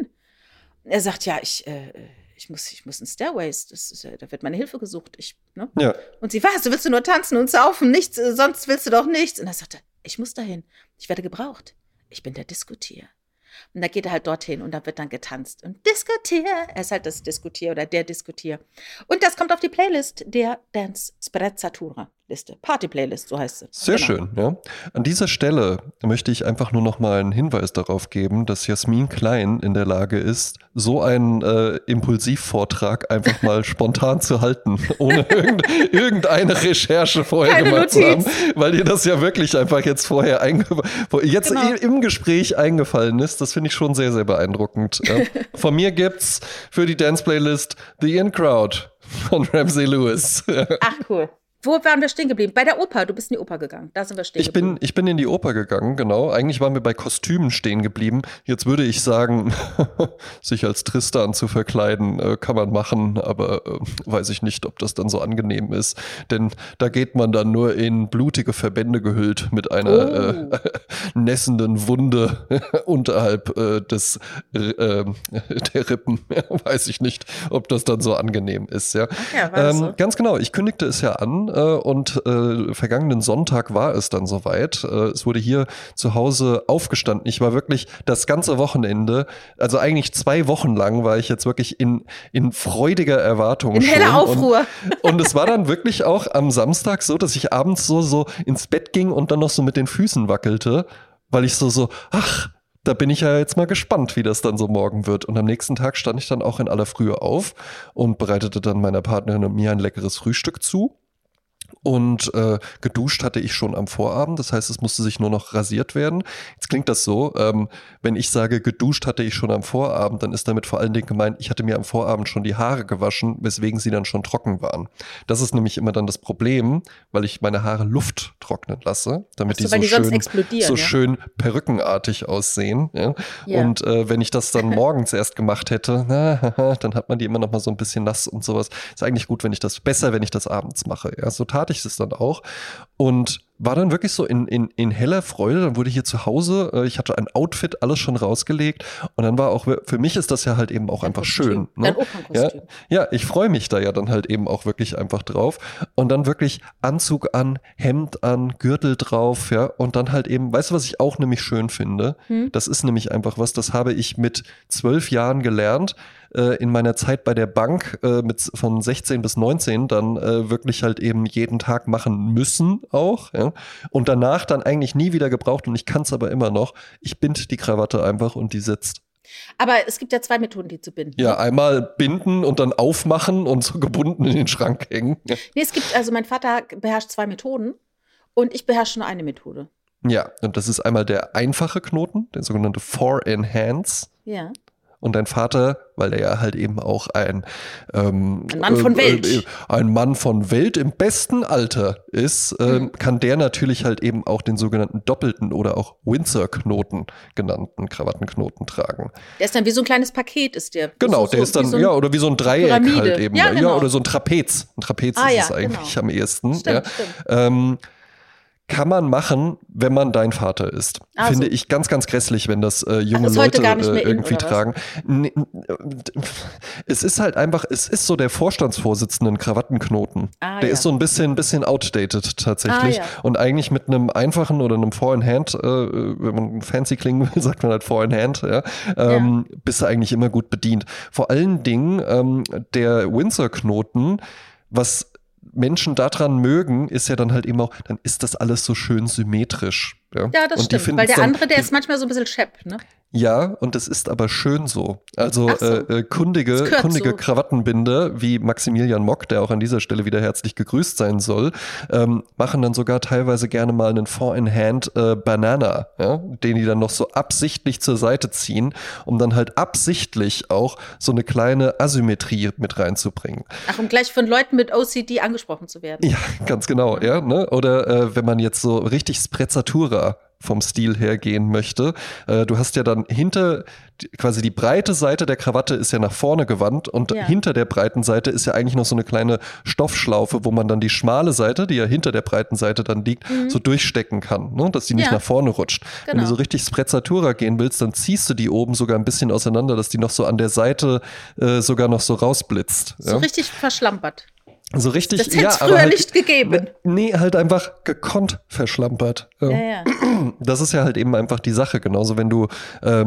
Er sagt, ja, ich, äh, ich, muss, ich muss in Stairways, das ist, da wird meine Hilfe gesucht. Ich, ne? Ja. Und sie, was, du willst du nur tanzen und saufen, nichts, sonst willst du doch nichts. Und er sagte, ich muss dahin, ich werde gebraucht. Ich bin der Diskutier. Und da geht er halt dorthin und da wird dann getanzt. Und Diskutier, er ist halt das Diskutier oder der Diskutier. Und das kommt auf die Playlist der Dance Sprezzatura Liste. Party-Playlist, so heißt es. Sehr genau. schön, ja. An dieser Stelle möchte ich einfach nur noch mal einen Hinweis darauf geben, dass Jasmin Klein in der Lage ist, so einen äh, Impulsivvortrag einfach mal spontan zu halten, ohne irgend, irgendeine Recherche vorher Keine gemacht Notiz. zu haben, weil dir das ja wirklich einfach jetzt vorher einge- jetzt Genau. im Gespräch eingefallen ist. Das finde ich schon sehr, sehr beeindruckend. Ja. Von mir gibt's für die Dance-Playlist The In Crowd von Ramsey Lewis. Ach, cool. Wo waren wir stehen geblieben? Bei der Oper. Du bist in die Oper gegangen. Da sind wir stehen Ich geblieben. bin, ich bin in die Oper gegangen, genau. Eigentlich waren wir bei Kostümen stehen geblieben. Jetzt würde ich sagen, sich als Tristan zu verkleiden, äh, kann man machen, aber äh, weiß ich nicht, ob das dann so angenehm ist. Denn da geht man dann nur in blutige Verbände gehüllt mit einer Oh. äh, nässenden Wunde unterhalb äh, des äh, der Rippen. Weiß ich nicht, ob das dann so angenehm ist. Ja. Ach ja, war das ähm, so? Ganz genau, ich kündigte es ja an, äh, und äh, vergangenen Sonntag war es dann soweit. Äh, es wurde hier zu Hause aufgestanden. Ich war wirklich das ganze Wochenende, also eigentlich zwei Wochen lang war ich jetzt wirklich in, in freudiger Erwartung In schon. heller Aufruhr. Und, und es war dann wirklich auch am Samstag so, dass ich abends so, so ins Bett ging und dann noch so mit den Füßen wackelte, weil ich so, so, ach, da bin ich ja jetzt mal gespannt, wie das dann so morgen wird. Und am nächsten Tag stand ich dann auch in aller Frühe auf und bereitete dann meiner Partnerin und mir ein leckeres Frühstück zu. Und äh, geduscht hatte ich schon am Vorabend, das heißt, es musste sich nur noch rasiert werden. Jetzt klingt das so, ähm, wenn ich sage, geduscht hatte ich schon am Vorabend, dann ist damit vor allen Dingen gemeint, ich hatte mir am Vorabend schon die Haare gewaschen, weswegen sie dann schon trocken waren. Das ist nämlich immer dann das Problem, weil ich meine Haare Luft trocknen lasse, damit Ach so, die weil so die sonst schön, explodieren, so ja? schön perückenartig aussehen. Ja? Ja. Und äh, wenn ich das dann morgens erst gemacht hätte, na, dann hat man die immer noch mal so ein bisschen nass und sowas. Ist eigentlich gut, wenn ich das, besser, wenn ich das abends mache. Ja, so tat ich es dann auch. Und war dann wirklich so in, in, in heller Freude. Dann wurde hier zu Hause, äh, ich hatte ein Outfit, alles schon rausgelegt. Und dann war auch, für mich ist das ja halt eben auch Dein einfach Kostüm. schön. Ne? Dein Opernkostüm. Ja, ja, ich freue mich da ja dann halt eben auch wirklich einfach drauf. Und dann wirklich Anzug an, Hemd an, Gürtel drauf, ja. Und dann halt eben, weißt du, was ich auch nämlich schön finde? Hm? Das ist nämlich einfach was, das habe ich mit zwölf Jahren gelernt. In meiner Zeit bei der Bank äh, mit von sechzehn bis neunzehn dann äh, wirklich halt eben jeden Tag machen müssen auch, ja? Und danach dann eigentlich nie wieder gebraucht und ich kann es aber immer noch. Ich bind die Krawatte einfach und die sitzt. Aber es gibt ja zwei Methoden, die zu binden. Ja, einmal binden und dann aufmachen und so gebunden in den Schrank hängen. Ja, Nee, es gibt, also mein Vater beherrscht zwei Methoden und ich beherrsche nur eine Methode. ja, und das ist einmal der einfache Knoten, der sogenannte Four in Hands. Ja. Und dein Vater, weil er ja halt eben auch ein ähm, Ein Mann von äh, Welt. Äh, ein Mann von Welt im besten Alter ist, ähm, Mhm. kann der natürlich halt eben auch den sogenannten doppelten oder auch Windsor-Knoten genannten Krawattenknoten tragen. Der ist dann wie so ein kleines Paket, ist der. Genau, so, der so, ist dann, wie so ein- ja, oder wie so ein Dreieck Pyramide. halt eben. Ja, genau. oder so ein Trapez. Ein Trapez Ah, ist ja, es eigentlich genau. am ehesten. Stimmt, ja. stimmt. Ähm, kann man machen, wenn man dein Vater ist. Ah, Finde so. ich ganz, ganz grässlich, wenn das äh, junge Ach, ist heute Leute gar nicht mehr äh, in, irgendwie oder was? tragen. Nee, es ist halt einfach, es ist so der Vorstandsvorsitzenden Krawattenknoten. Ah, der ja. ist so ein bisschen, bisschen outdated tatsächlich. Ah, ja. Und eigentlich mit einem einfachen oder einem Four-in-Hand, äh, wenn man fancy klingen will, sagt man halt Four-in-Hand, ja, ähm, bist du eigentlich immer gut bedient. Vor allen Dingen ähm, der Windsor-Knoten, was Menschen daran mögen, ist ja dann halt eben auch, dann ist das alles so schön symmetrisch. Ja, Ja, das Und die stimmt. finden's Weil der dann, andere, der die, ist manchmal so ein bisschen schepp, ne? Ja, und es ist aber schön so. Also Ach so. äh, kundige, kundige so. Krawattenbinder wie Maximilian Mock, der auch an dieser Stelle wieder herzlich gegrüßt sein soll, ähm, machen dann sogar teilweise gerne mal einen Four-in-Hand äh, Banana, ja, den die dann noch so absichtlich zur Seite ziehen, um dann halt absichtlich auch so eine kleine Asymmetrie mit reinzubringen. Ach, um gleich von Leuten mit O C D angesprochen zu werden. Ja, ganz genau, ja. Ne? Oder äh, wenn man jetzt so richtig Sprezzatura vom Stil her gehen möchte. Äh, du hast ja dann hinter, quasi die breite Seite der Krawatte ist ja nach vorne gewandt und ja. hinter der breiten Seite ist ja eigentlich noch so eine kleine Stoffschlaufe, wo man dann die schmale Seite, die ja hinter der breiten Seite dann liegt, mhm. so durchstecken kann, ne? Dass die nicht ja. nach vorne rutscht. Genau. Wenn du so richtig Sprezzatura gehen willst, dann ziehst du die oben sogar ein bisschen auseinander, dass die noch so an der Seite äh, sogar noch so rausblitzt. So ja? richtig verschlampert. So richtig, das hätte ja, es früher aber halt, nicht gegeben. Nee, halt einfach gekonnt verschlampert. Ja, ja. Das ist ja halt eben einfach die Sache. Genauso, wenn du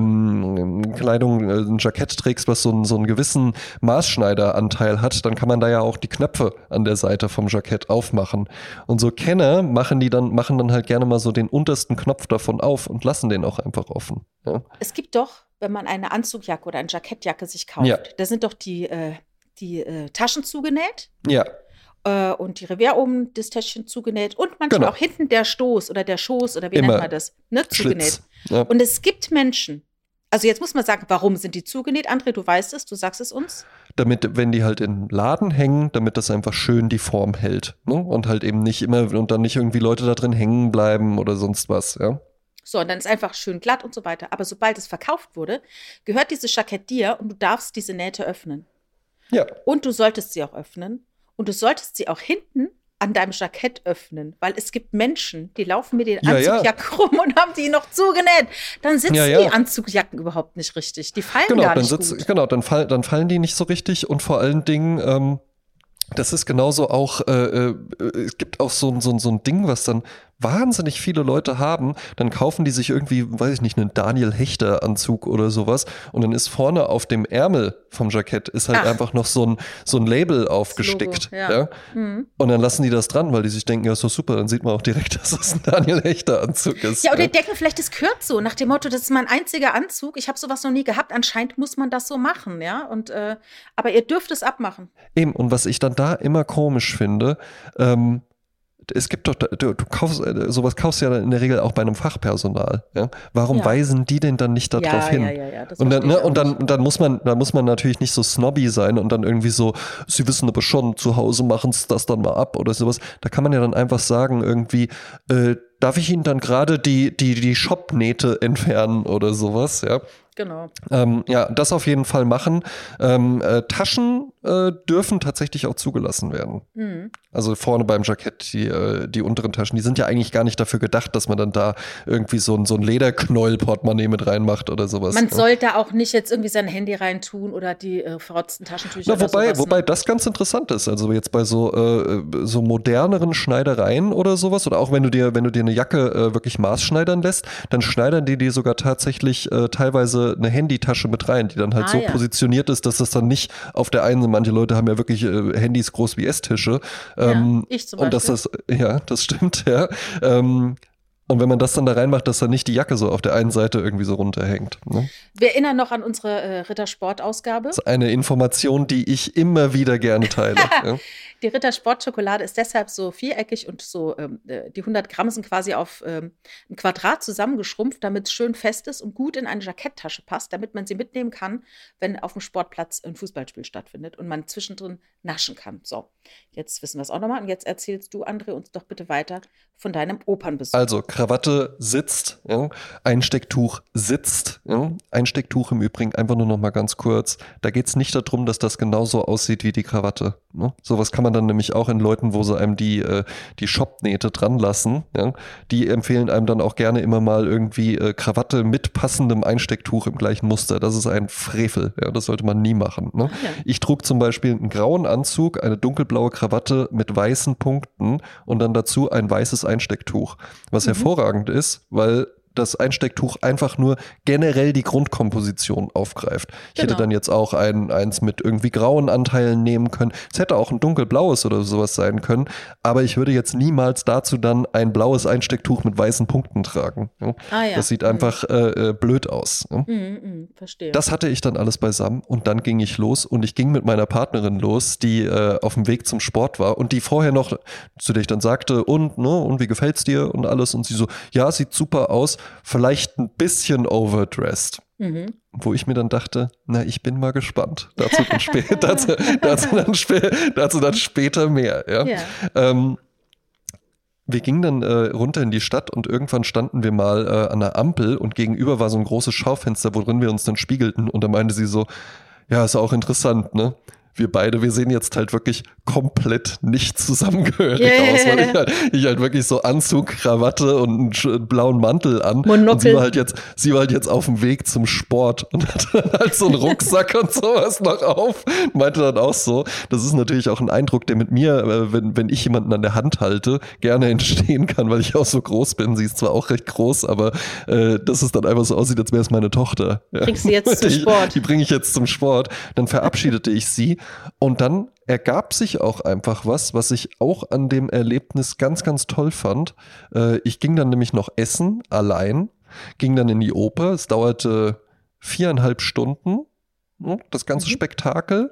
ähm, Kleidung, ein Jackett trägst, was so einen, so einen gewissen Maßschneideranteil hat, dann kann man da ja auch die Knöpfe an der Seite vom Jackett aufmachen. Und so Kenner machen die dann, machen dann halt gerne mal so den untersten Knopf davon auf und lassen den auch einfach offen. Ja. Es gibt doch, wenn man eine Anzugjacke oder eine Jackettjacke sich kauft, ja. da sind doch die äh, die äh, Taschen zugenäht. Ja. Äh, und die Revers oben das Täschchen zugenäht. Und manchmal genau. auch hinten der Stoß oder der Schoß oder wie Immer nennt man das? Ne, zugenäht. Ja. Und es gibt Menschen, also jetzt muss man sagen, warum sind die zugenäht? André, du weißt es, du sagst es uns. Damit, wenn die halt im Laden hängen, damit das einfach schön die Form hält. Ne? Und halt eben nicht immer, und dann nicht irgendwie Leute da drin hängen bleiben oder sonst was, ja. So, und dann ist einfach schön glatt und so weiter. Aber sobald es verkauft wurde, gehört dieses Jackett dir und du darfst diese Nähte öffnen. Ja. Und du solltest sie auch öffnen. Und du solltest sie auch hinten an deinem Jackett öffnen. Weil es gibt Menschen, die laufen mit den ja, Anzugjacken ja. rum und haben die noch zugenäht. Dann sitzen ja, ja. die Anzugjacken überhaupt nicht richtig. Die fallen genau, gar dann nicht sitz, gut. Genau, dann, fall, dann fallen die nicht so richtig. Und vor allen Dingen, ähm, das ist genauso auch, äh, äh, es gibt auch so, so, so ein Ding, was dann wahnsinnig viele Leute haben, dann kaufen die sich irgendwie, weiß ich nicht, einen Daniel Hechter Anzug oder sowas und dann ist vorne auf dem Ärmel vom Jackett ist halt Ach. einfach noch so ein, so ein Label aufgestickt. Ja. Ja? Mhm. Und dann lassen die das dran, weil die sich denken, ja, ist doch super, dann sieht man auch direkt, dass das ein Daniel Hechter Anzug ist. Ja, oder die denken vielleicht, das gehört so, nach dem Motto, das ist mein einziger Anzug, ich habe sowas noch nie gehabt, anscheinend muss man das so machen, ja, und äh, aber ihr dürft es abmachen. Eben, und was ich dann da immer komisch finde, ähm, es gibt doch, du, du kaufst, sowas kaufst du ja in der Regel auch bei einem Fachpersonal. Ja? Warum ja. weisen die denn dann nicht darauf ja, hin? Ja, ja, ja, das und dann, ne, und dann, dann muss man, dann muss man natürlich nicht so snobby sein und dann irgendwie so, sie wissen aber schon, zu Hause machen sie das dann mal ab oder sowas. Da kann man ja dann einfach sagen, irgendwie, äh, darf ich Ihnen dann gerade die, die, die Shop-Nähte entfernen oder sowas, ja? Genau. Ähm, ja, das auf jeden Fall machen. Ähm, äh, Taschen äh, dürfen tatsächlich auch zugelassen werden. Mhm. Also vorne beim Jackett, die, äh, die unteren Taschen, die sind ja eigentlich gar nicht dafür gedacht, dass man dann da irgendwie so ein, so ein Lederknäuel-Portemonnaie mit reinmacht oder sowas. Man ja. sollte auch nicht jetzt irgendwie sein Handy reintun oder die äh, verrotzten Taschentücher. Na, wobei, oder sowas, wobei ne? das ganz interessant ist. Also jetzt bei so, äh, so moderneren Schneidereien oder sowas, oder auch wenn du dir, wenn du dir eine Jacke äh, wirklich maßschneidern lässt, dann schneidern die dir sogar tatsächlich äh, teilweise eine Handytasche mit rein, die dann halt ah, so ja. positioniert ist, dass das dann nicht auf der einen, manche Leute haben ja wirklich äh, Handys groß wie Esstische. Ähm, ja, ich zum und Beispiel. dass das, ja, das stimmt, ja. Ähm, Und wenn man das dann da reinmacht, dass dann nicht die Jacke so auf der einen Seite irgendwie so runterhängt. Ne? Wir erinnern noch an unsere äh, Rittersport-Ausgabe. Das ist eine Information, die ich immer wieder gerne teile. Ja. Die Rittersport-Schokolade ist deshalb so viereckig und so, ähm, die hundert Gramm sind quasi auf ähm, ein Quadrat zusammengeschrumpft, damit es schön fest ist und gut in eine Jacketttasche passt, damit man sie mitnehmen kann, wenn auf dem Sportplatz ein Fußballspiel stattfindet und man zwischendrin naschen kann. So, jetzt wissen wir es auch nochmal und jetzt erzählst du, André, uns doch bitte weiter von deinem Opernbesuch. Also, Krawatte sitzt, ja. Einstecktuch sitzt. Ja. Einstecktuch im Übrigen, einfach nur noch mal ganz kurz. Da geht es nicht darum, dass das genauso aussieht wie die Krawatte. Ne? Sowas kann man dann nämlich auch in Leuten, wo sie einem die, äh, die Shopnähte dran lassen. Ja. Die empfehlen einem dann auch gerne immer mal irgendwie äh, Krawatte mit passendem Einstecktuch im gleichen Muster. Das ist ein Frevel. Ja. Das sollte man nie machen. Ne? Ja. Ich trug zum Beispiel einen grauen Anzug, eine dunkelblaue Krawatte mit weißen Punkten und dann dazu ein weißes Einstecktuch. Was mhm. hervorragend ist, weil das Einstecktuch einfach nur generell die Grundkomposition aufgreift. Ich Genau. hätte dann jetzt auch ein, eins mit irgendwie grauen Anteilen nehmen können. Es hätte auch ein dunkelblaues oder sowas sein können, aber ich würde jetzt niemals dazu dann ein blaues Einstecktuch mit weißen Punkten tragen. Ja? Ah, ja. Das sieht Mhm. einfach äh, blöd aus. Ja? Mhm, mhm, verstehe. Das hatte ich dann alles beisammen und dann ging ich los und ich ging mit meiner Partnerin los, die äh, auf dem Weg zum Sport war und die vorher noch, zu der ich dann sagte, und, ne, und wie gefällt's dir und alles, und sie so, ja, sieht super aus, vielleicht ein bisschen overdressed. Mhm. Wo ich mir dann dachte, na, ich bin mal gespannt. Dazu dann, spä- dazu, dazu dann, spä- dazu dann später mehr. Ja. Ja. Ähm, wir gingen dann äh, runter in die Stadt und irgendwann standen wir mal äh, an der Ampel und gegenüber war so ein großes Schaufenster, worin wir uns dann spiegelten, und da meinte sie so, ja, ist auch interessant, ne? Wir beide, wir sehen jetzt halt wirklich komplett nicht zusammengehörig Yeah. aus, weil ich halt, ich halt wirklich so Anzug, Krawatte und einen sch- blauen Mantel an. Monokel. Und sie war halt jetzt, sie war halt jetzt auf dem Weg zum Sport und hatte dann halt so einen Rucksack und sowas noch auf. Meinte dann auch so, das ist natürlich auch ein Eindruck, der mit mir, äh, wenn, wenn ich jemanden an der Hand halte, gerne entstehen kann, weil ich auch so groß bin. Sie ist zwar auch recht groß, aber äh, dass es dann einfach so aussieht, als wäre es meine Tochter. Ja. Bringst du jetzt zum Die- Sport? Die bringe ich jetzt zum Sport. Dann verabschiedete ich sie und dann ergab sich auch einfach was, was ich auch an dem Erlebnis ganz, ganz toll fand. Äh, ich ging dann nämlich noch essen, allein, ging dann in die Oper. Es dauerte viereinhalb Stunden, ne, das ganze Mhm. Spektakel.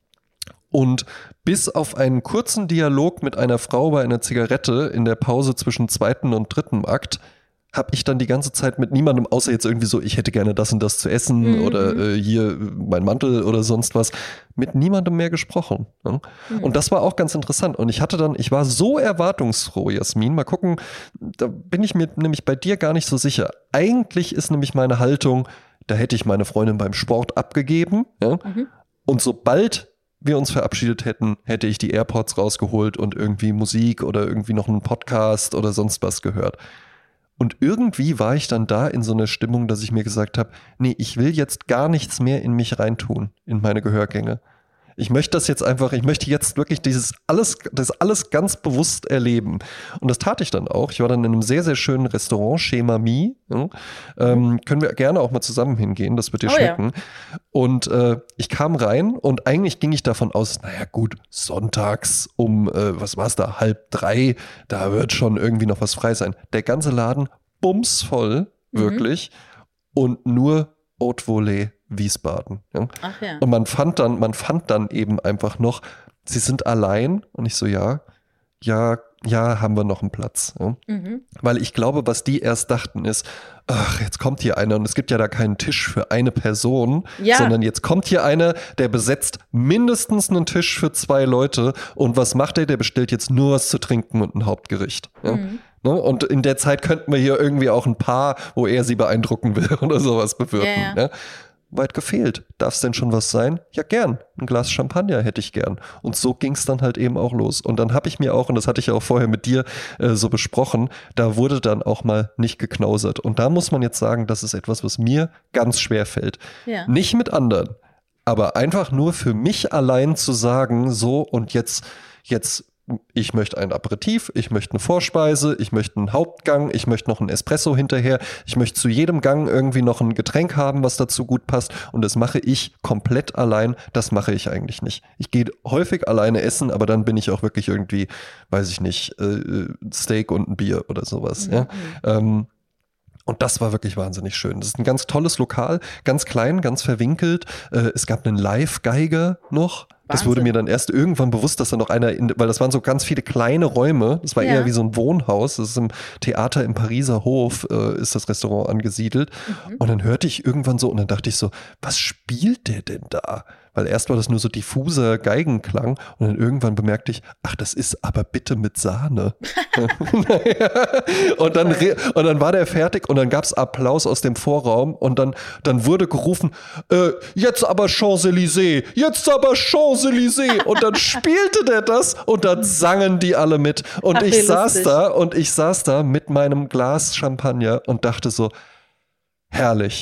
Und bis auf einen kurzen Dialog mit einer Frau bei einer Zigarette in der Pause zwischen zweiten und dritten Akt habe ich dann die ganze Zeit mit niemandem, außer jetzt irgendwie so, ich hätte gerne das und das zu essen Mhm. oder äh, hier äh, mein Mantel oder sonst was, mit niemandem mehr gesprochen. Ne? Mhm. Und das war auch ganz interessant. Und ich hatte dann, ich war so erwartungsfroh, Jasmin, mal gucken, da bin ich mir nämlich bei dir gar nicht so sicher. Eigentlich ist nämlich meine Haltung, da hätte ich meine Freundin beim Sport abgegeben, ja? Mhm. Und sobald wir uns verabschiedet hätten, hätte ich die AirPods rausgeholt und irgendwie Musik oder irgendwie noch einen Podcast oder sonst was gehört. Und irgendwie war ich dann da in so einer Stimmung, dass ich mir gesagt habe, nee, ich will jetzt gar nichts mehr in mich reintun, in meine Gehörgänge. Ich möchte das jetzt einfach, ich möchte jetzt wirklich dieses alles, das alles ganz bewusst erleben. Und das tat ich dann auch. Ich war dann in einem sehr, sehr schönen Restaurant, Chez Mamie. Ja, ähm, können wir gerne auch mal zusammen hingehen, das wird dir Oh ja. schmecken. Und äh, ich kam rein und eigentlich ging ich davon aus, naja gut, sonntags um, äh, was war es da, halb drei, da wird schon irgendwie noch was frei sein. Der ganze Laden bumsvoll, Mhm. wirklich. Und nur Haute Volée Wiesbaden. Ja. Ach ja. Und man fand dann, man fand dann eben einfach noch, sie sind allein. Und ich so, ja, ja, ja, haben wir noch einen Platz. Ja. Mhm. Weil ich glaube, was die erst dachten ist, ach, jetzt kommt hier einer und es gibt ja da keinen Tisch für eine Person, Ja. sondern jetzt kommt hier einer, der besetzt mindestens einen Tisch für zwei Leute. Und was macht der? Der bestellt jetzt nur was zu trinken und ein Hauptgericht. Ja. Mhm. Ne? Und in der Zeit könnten wir hier irgendwie auch ein Paar, wo er sie beeindrucken will oder sowas bewirten. Ja, ja. Ja. Weit gefehlt. Darf es denn schon was sein? Ja, gern. Ein Glas Champagner hätte ich gern. Und so ging es dann halt eben auch los. Und dann habe ich mir auch, und das hatte ich ja auch vorher mit dir äh, so besprochen, da wurde dann auch mal nicht geknausert. Und da muss man jetzt sagen, das ist etwas, was mir ganz schwer fällt. Ja. Nicht mit anderen, aber einfach nur für mich allein zu sagen, so und jetzt, jetzt, ich möchte ein Aperitif, ich möchte eine Vorspeise, ich möchte einen Hauptgang, ich möchte noch einen Espresso hinterher, ich möchte zu jedem Gang irgendwie noch ein Getränk haben, was dazu gut passt, und das mache ich komplett allein, das mache ich eigentlich nicht. Ich gehe häufig alleine essen, aber dann bin ich auch wirklich irgendwie, weiß ich nicht, äh, Steak und ein Bier oder sowas. Mhm. Ja? Ähm, Und das war wirklich wahnsinnig schön. Das ist ein ganz tolles Lokal, ganz klein, ganz verwinkelt. Äh, es gab einen Live-Geiger noch. Das Wahnsinn. wurde mir dann erst irgendwann bewusst, dass da noch einer, in, weil das waren so ganz viele kleine Räume. Das war Ja. eher wie so ein Wohnhaus. Das ist im Theater im Pariser Hof, äh, ist das Restaurant angesiedelt. Mhm. Und dann hörte ich irgendwann so, und dann dachte ich so, was spielt der denn da? Weil erst war das nur so diffuser Geigenklang und dann irgendwann bemerkte ich, ach, das ist aber bitte mit Sahne. und, dann re- und dann war der fertig und dann gab es Applaus aus dem Vorraum und dann, dann wurde gerufen, äh, jetzt aber Champs-Élysées, jetzt aber Champs-Élysées. Und dann spielte der das und dann sangen die alle mit. Und Ach, wie ich saß lustig. da und ich saß da mit meinem Glas Champagner und dachte so, herrlich.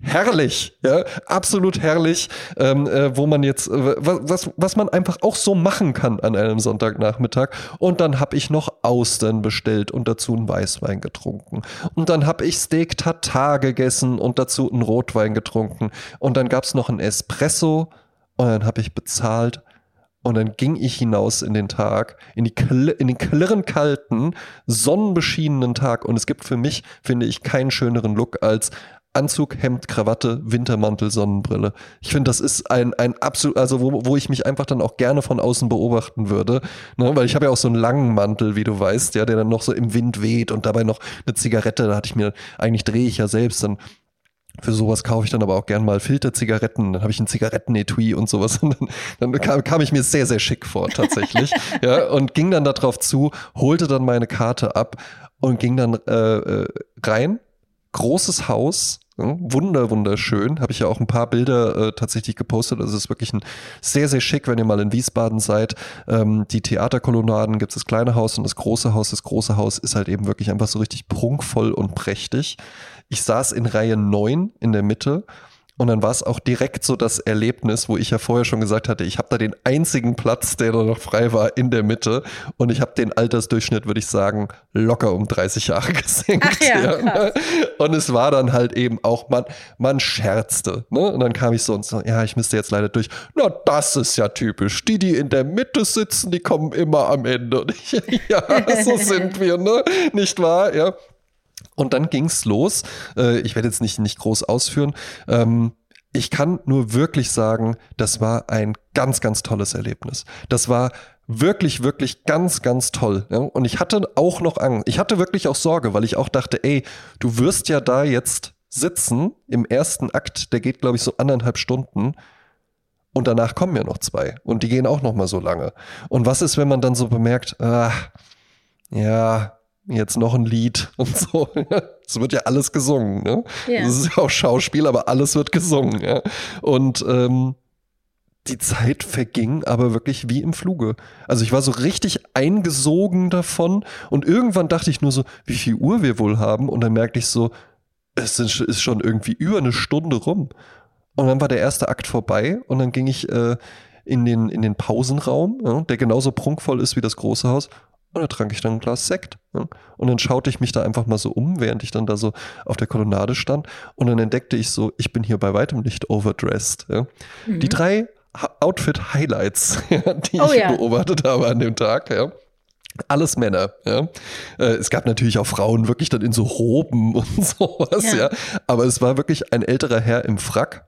herrlich, ja, absolut herrlich, ähm, äh, wo man jetzt, äh, was, was man einfach auch so machen kann an einem Sonntagnachmittag. Und dann habe ich noch Austern bestellt und dazu einen Weißwein getrunken. Und dann habe ich Steak Tartare gegessen und dazu einen Rotwein getrunken. Und dann gab es noch einen Espresso und dann habe ich bezahlt. Und dann ging ich hinaus in den Tag, in, die Kl- in den klirrend kalten, sonnenbeschienenen Tag. Und es gibt für mich, finde ich, keinen schöneren Look als Anzug, Hemd, Krawatte, Wintermantel, Sonnenbrille. Ich finde, das ist ein, ein absolut, also wo, wo ich mich einfach dann auch gerne von außen beobachten würde. Ne? Weil ich habe ja auch so einen langen Mantel, wie du weißt, ja, der dann noch so im Wind weht und dabei noch eine Zigarette. Da hatte ich mir, eigentlich drehe ich ja selbst dann. Für sowas kaufe ich dann aber auch gern mal Filterzigaretten. Dann habe ich ein Zigarettenetui und sowas. Und dann, dann kam, kam ich mir sehr, sehr schick vor, tatsächlich. Ja, und ging dann da drauf zu, holte dann meine Karte ab und ging dann äh, rein. Großes Haus, ja, wunder, wunderschön. Habe ich ja auch ein paar Bilder äh, tatsächlich gepostet. Also es ist wirklich ein sehr, sehr schick, wenn ihr mal in Wiesbaden seid. Ähm, die Theaterkolonnaden gibt es, das kleine Haus und das große Haus. Das große Haus ist halt eben wirklich einfach so richtig prunkvoll und prächtig. Ich saß in Reihe neun in der Mitte und dann war es auch direkt so das Erlebnis, wo ich ja vorher schon gesagt hatte, ich habe da den einzigen Platz, der da noch frei war, in der Mitte und ich habe den Altersdurchschnitt, würde ich sagen, locker um dreißig Jahre gesenkt. Ach ja, ja. Und es war dann halt eben auch, man, man scherzte. Ne? Und dann kam ich so und so, ja, ich müsste jetzt leider durch. Na, das ist ja typisch. Die, die in der Mitte sitzen, die kommen immer am Ende. Und ich, ja, so sind wir, ne? Nicht wahr? Ja. Und dann ging's los. Äh, ich werde jetzt nicht, nicht groß ausführen. Ähm, ich kann nur wirklich sagen, das war ein ganz, ganz tolles Erlebnis. Das war wirklich, wirklich ganz, ganz toll. Ja? Und ich hatte auch noch Angst. Ich hatte wirklich auch Sorge, weil ich auch dachte, ey, du wirst ja da jetzt sitzen im ersten Akt, der geht, glaube ich, so anderthalb Stunden. Und danach kommen ja noch zwei. Und die gehen auch noch mal so lange. Und was ist, wenn man dann so bemerkt, ah, ja, jetzt noch ein Lied und so. Es wird ja alles gesungen, ne? Ja. Das ist ja auch Schauspiel, aber alles wird gesungen, ja. Und ähm, die Zeit verging aber wirklich wie im Fluge. Also ich war so richtig eingesogen davon und irgendwann dachte ich nur so, wie viel Uhr wir wohl haben und dann merkte ich so, es ist schon irgendwie über eine Stunde rum. Und dann war der erste Akt vorbei und dann ging ich äh, in den, in den Pausenraum, ja, der genauso prunkvoll ist wie das große Haus. Und da trank ich dann ein Glas Sekt. Ja. Und dann schaute ich mich da einfach mal so um, während ich dann da so auf der Kolonnade stand. Und dann entdeckte ich so, ich bin hier bei weitem nicht overdressed. Ja. Mhm. Die drei Outfit-Highlights, ja, die oh, ich ja. beobachtet habe an dem Tag, ja. Alles Männer, ja. Es gab natürlich auch Frauen wirklich dann in so Roben und sowas, ja. ja. Aber es war wirklich ein älterer Herr im Frack.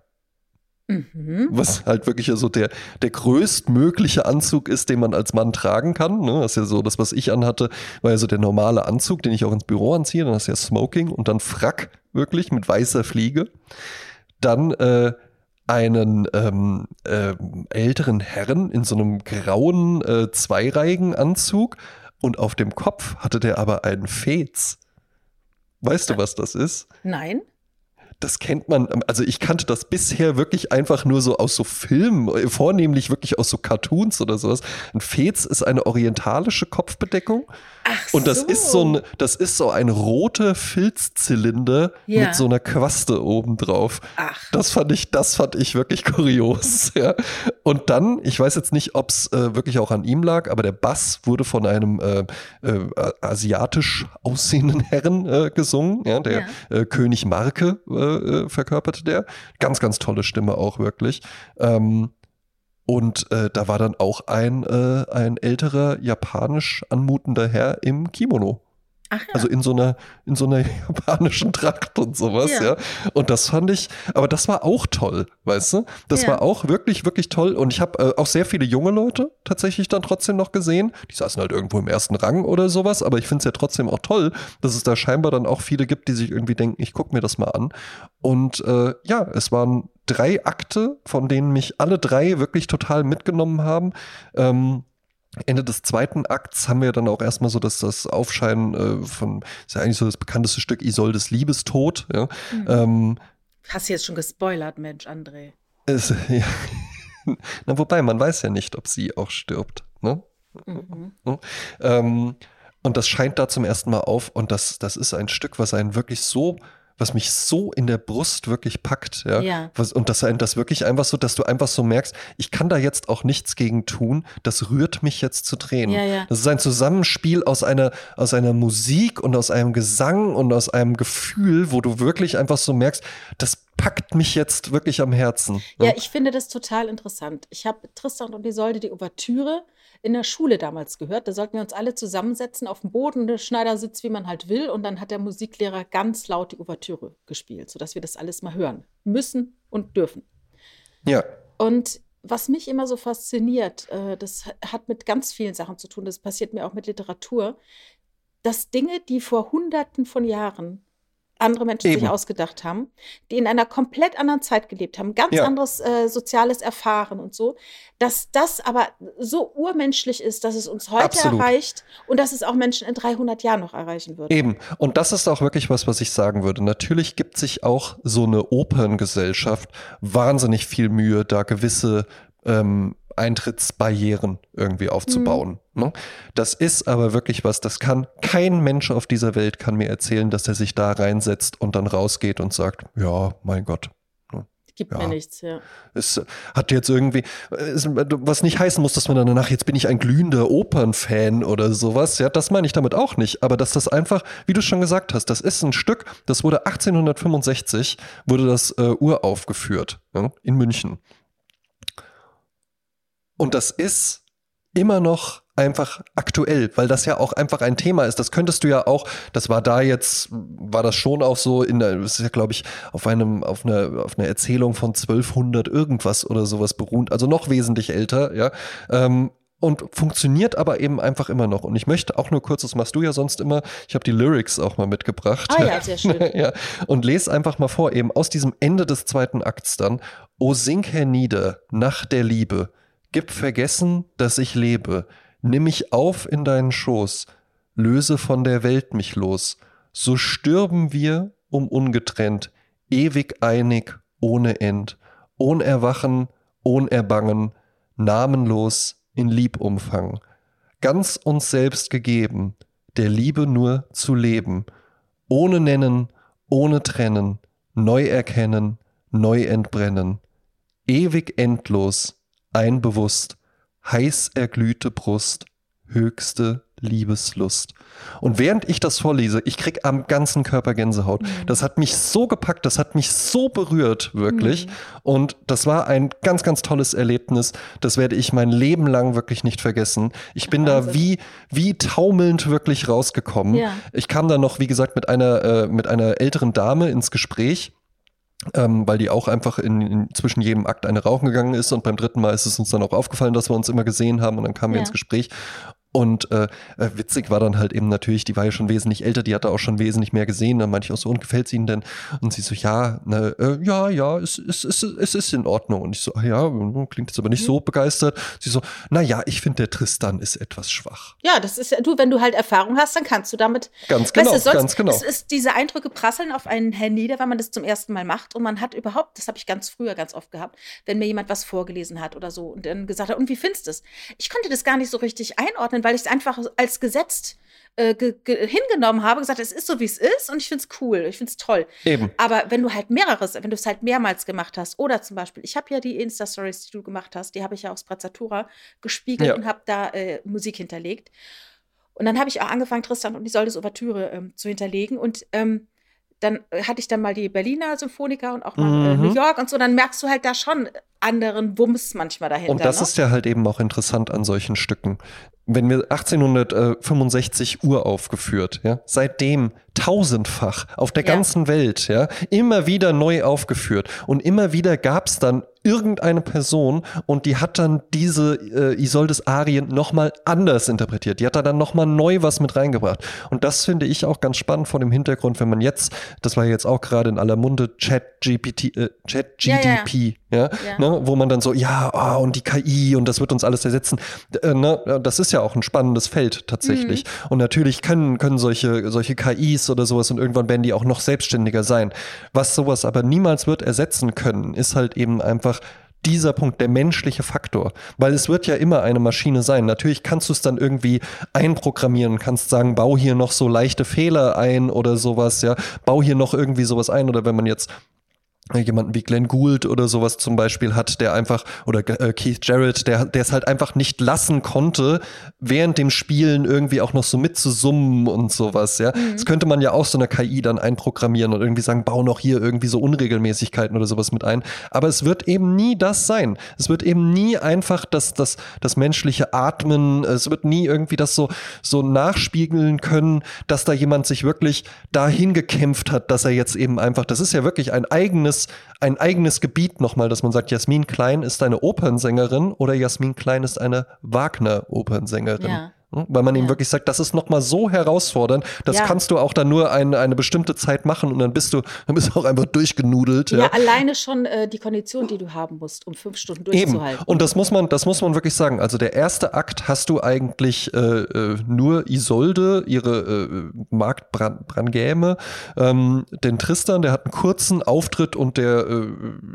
Mhm. Was halt wirklich so der, der größtmögliche Anzug ist, den man als Mann tragen kann. Ne? Das ist ja so, das, was ich anhatte, war ja so der normale Anzug, den ich auch ins Büro anziehe. Dann hast du ja Smoking und dann Frack, wirklich mit weißer Fliege. Dann äh, einen ähm, äh, älteren Herrn in so einem grauen äh, zweireihigen Anzug und auf dem Kopf hatte der aber einen Fez. Weißt du, was das ist? Nein. Das kennt man, also ich kannte das bisher wirklich einfach nur so aus so Filmen, vornehmlich wirklich aus so Cartoons oder sowas. Ein Fez ist eine orientalische Kopfbedeckung. Ach und das so. ist so ein, das ist so ein roter Filzzylinder ja. mit so einer Quaste obendrauf. Ach. Das fand ich, das fand ich wirklich kurios. Ja. Und dann, ich weiß jetzt nicht, ob es äh, wirklich auch an ihm lag, aber der Bass wurde von einem äh, äh, asiatisch aussehenden Herren äh, gesungen. Ja, der ja. Äh, König Marke äh, verkörperte der. Ganz, ganz tolle Stimme auch wirklich. Ähm, Und äh, da war dann auch ein, äh, ein älterer, japanisch anmutender Herr im Kimono. Ach ja. Also in so einer, in so einer japanischen Tracht und sowas, ja. ja. Und das fand ich, aber das war auch toll, weißt du? Das ja. war auch wirklich, wirklich toll. Und ich habe äh, auch sehr viele junge Leute tatsächlich dann trotzdem noch gesehen. Die saßen halt irgendwo im ersten Rang oder sowas, aber ich finde es ja trotzdem auch toll, dass es da scheinbar dann auch viele gibt, die sich irgendwie denken, ich gucke mir das mal an. Und äh, ja, es waren drei Akte, von denen mich alle drei wirklich total mitgenommen haben. Ähm, Ende des zweiten Akts haben wir dann auch erstmal so das, das Aufscheinen äh, von, ist ja eigentlich so das bekannteste Stück Isoldes Liebestod. Ja. Mhm. Ähm, Hast du jetzt schon gespoilert, Mensch, André? Es, ja. Na, wobei, man weiß ja nicht, ob sie auch stirbt. Ne? Mhm. Mhm. Ähm, und das scheint da zum ersten Mal auf und das, das ist ein Stück, was einen wirklich so was mich so in der Brust wirklich packt, ja. Ja. Was, und das, das wirklich einfach so, dass du einfach so merkst, ich kann da jetzt auch nichts gegen tun, das rührt mich jetzt zu Tränen. Ja, ja. Das ist ein Zusammenspiel aus einer, aus einer Musik und aus einem Gesang und aus einem Gefühl, wo du wirklich einfach so merkst, das packt mich jetzt wirklich am Herzen. Ja, ja ich finde das total interessant. Ich habe Tristan und Isolde, die Ouvertüre, in der Schule damals gehört. Da sollten wir uns alle zusammensetzen auf dem Boden, der Schneidersitz, wie man halt will. Und dann hat der Musiklehrer ganz laut die Ouvertüre gespielt, sodass wir das alles mal hören müssen und dürfen. Ja. Und was mich immer so fasziniert, äh, das hat mit ganz vielen Sachen zu tun, das passiert mir auch mit Literatur, dass Dinge, die vor Hunderten von Jahren andere Menschen Eben. sich ausgedacht haben, die in einer komplett anderen Zeit gelebt haben, ganz Ja. anderes äh, soziales Erfahren und so, dass das aber so urmenschlich ist, dass es uns heute Absolut. erreicht und dass es auch Menschen in dreihundert Jahren noch erreichen wird. Eben. Und das ist auch wirklich was, was ich sagen würde. Natürlich gibt sich auch so eine Operngesellschaft wahnsinnig viel Mühe, da gewisse ähm, Eintrittsbarrieren irgendwie aufzubauen. Mhm. Ne? Das ist aber wirklich was, das kann kein Mensch auf dieser Welt kann mir erzählen, dass er sich da reinsetzt und dann rausgeht und sagt, ja, mein Gott. Ne? Gibt ja. mir nichts, ja. Es hat jetzt irgendwie, es, was nicht heißen muss, dass man dann danach, jetzt bin ich ein glühender Opernfan oder sowas, ja, das meine ich damit auch nicht, aber dass das einfach, wie du schon gesagt hast, das ist ein Stück, das wurde achtzehnhundertfünfundsechzig, wurde das äh, uraufgeführt, ja, in München. Und das ist immer noch einfach aktuell, weil das ja auch einfach ein Thema ist. Das könntest du ja auch, das war da jetzt, war das schon auch so, in der, das ist ja glaube ich auf einem, auf einer, auf einer Erzählung von zwölfhundert irgendwas oder sowas beruht, also noch wesentlich älter, ja, ähm, und funktioniert aber eben einfach immer noch. Und ich möchte auch nur kurz, das machst du ja sonst immer, ich habe die Lyrics auch mal mitgebracht. Ah ja, sehr schön. Ja, und lese einfach mal vor, eben aus diesem Ende des zweiten Akts dann, O sink hernieder, Nacht der Liebe, gib vergessen, dass ich lebe, nimm mich auf in deinen Schoß, löse von der Welt mich los, so stürben wir um ungetrennt, ewig einig, ohne End, ohn Erwachen, ohn Erbangen, namenlos in Liebumfang, ganz uns selbst gegeben, der Liebe nur zu leben, ohne Nennen, ohne Trennen, neu erkennen, neu entbrennen, ewig endlos, einbewusst, heiß erglühte Brust, höchste Liebeslust. Und während ich das vorlese, ich krieg am ganzen Körper Gänsehaut. Mhm. Das hat mich so gepackt, das hat mich so berührt, wirklich. Mhm. Und das war ein ganz, ganz tolles Erlebnis. Das werde ich mein Leben lang wirklich nicht vergessen. Ich bin Wahnsinn. da wie, wie taumelnd wirklich rausgekommen. Ja. Ich kam da noch, wie gesagt, mit einer, äh, mit einer älteren Dame ins Gespräch. Ähm, weil die auch einfach in, in zwischen jedem Akt eine rauchen gegangen ist und beim dritten Mal ist es uns dann auch aufgefallen, dass wir uns immer gesehen haben und dann kamen ja. wir ins Gespräch. Und äh, witzig war dann halt eben natürlich, die war ja schon wesentlich älter, die hatte auch schon wesentlich mehr gesehen. Dann meinte ich auch so, und gefällt sie Ihnen denn? Und sie so, ja, ne, äh, ja, ja, es, es, es, es ist in Ordnung. Und ich so, ah ja, klingt jetzt aber nicht mhm. so begeistert. Sie so, naja, ich finde, der Tristan ist etwas schwach. Ja, das ist ja, du, wenn du halt Erfahrung hast, dann kannst du damit. Ganz genau, weißt du, sonst, ganz genau. Es ist, diese Eindrücke prasseln auf einen hernieder, wenn man das zum ersten Mal macht. Und man hat überhaupt, das habe ich ganz früher ganz oft gehabt, wenn mir jemand was vorgelesen hat oder so und dann gesagt hat, und wie findest du es? Ich konnte das gar nicht so richtig einordnen, weil ich es einfach als gesetzt äh, ge- ge- hingenommen habe, gesagt, es ist so, wie es ist und ich finde es cool, ich finde es toll. Eben. Aber wenn du halt mehreres, wenn du es halt mehrmals gemacht hast oder zum Beispiel, ich habe ja die Insta-Stories, die du gemacht hast, die habe ich ja auf Sprezzatura gespiegelt ja. und habe da äh, Musik hinterlegt. Und dann habe ich auch angefangen, Tristan und Isoldes Ouvertüre ähm, zu hinterlegen und ähm, dann hatte ich dann mal die Berliner Symphoniker und auch mal mhm. äh, New York und so, dann merkst du halt da schon anderen Wumms manchmal dahinter. Und das ne? ist ja halt eben auch interessant an solchen Stücken. Wenn wir achtzehnhundertfünfundsechzig uraufgeführt, ja, seitdem tausendfach auf der ja. ganzen Welt, ja, immer wieder neu aufgeführt und immer wieder gab es dann irgendeine Person und die hat dann diese äh, Isoldes Arien nochmal anders interpretiert. Die hat da dann nochmal neu was mit reingebracht. Und das finde ich auch ganz spannend vor dem Hintergrund, wenn man jetzt, das war jetzt auch gerade in aller Munde, Chat-G P T, äh, Chat-G D P, ja, ja. ja, ne, wo man dann so, ja, oh, und die K I und das wird uns alles ersetzen. Äh, ne, das ist ja auch ein spannendes Feld tatsächlich. Mhm. Und natürlich können, können solche, solche K Is oder sowas und irgendwann werden die auch noch selbstständiger sein. Was sowas aber niemals wird ersetzen können, ist halt eben einfach dieser Punkt, der menschliche Faktor. Weil es wird ja immer eine Maschine sein. Natürlich kannst du es dann irgendwie einprogrammieren, kannst sagen, bau hier noch so leichte Fehler ein oder sowas, ja, bau hier noch irgendwie sowas ein. Oder wenn man jetzt jemanden wie Glenn Gould oder sowas zum Beispiel hat, der einfach, oder äh, Keith Jarrett, der der es halt einfach nicht lassen konnte, während dem Spielen irgendwie auch noch so mitzusummen und sowas, ja. Mhm. Das könnte man ja auch so eine K I dann einprogrammieren und irgendwie sagen, bau noch hier irgendwie so Unregelmäßigkeiten oder sowas mit ein. Aber es wird eben nie das sein. Es wird eben nie einfach das, das, das menschliche Atmen, es wird nie irgendwie das so, so nachspiegeln können, dass da jemand sich wirklich dahin gekämpft hat, dass er jetzt eben einfach, das ist ja wirklich ein eigenes ein eigenes Gebiet nochmal, dass man sagt, Jasmin Klein ist eine Opernsängerin oder Jasmin Klein ist eine Wagner-Opernsängerin. Ja. Weil man ja. eben wirklich sagt, das ist nochmal so herausfordernd, das ja. kannst du auch dann nur ein, eine bestimmte Zeit machen und dann bist du, dann bist du auch einfach durchgenudelt. Ja, ja. alleine schon äh, die Kondition, die du haben musst, um fünf Stunden durchzuhalten. Eben. Und das muss man, das muss man wirklich sagen. Also der erste Akt hast du eigentlich äh, nur Isolde, ihre äh, Magd Brangäme, ähm, den Tristan, der hat einen kurzen Auftritt und der äh,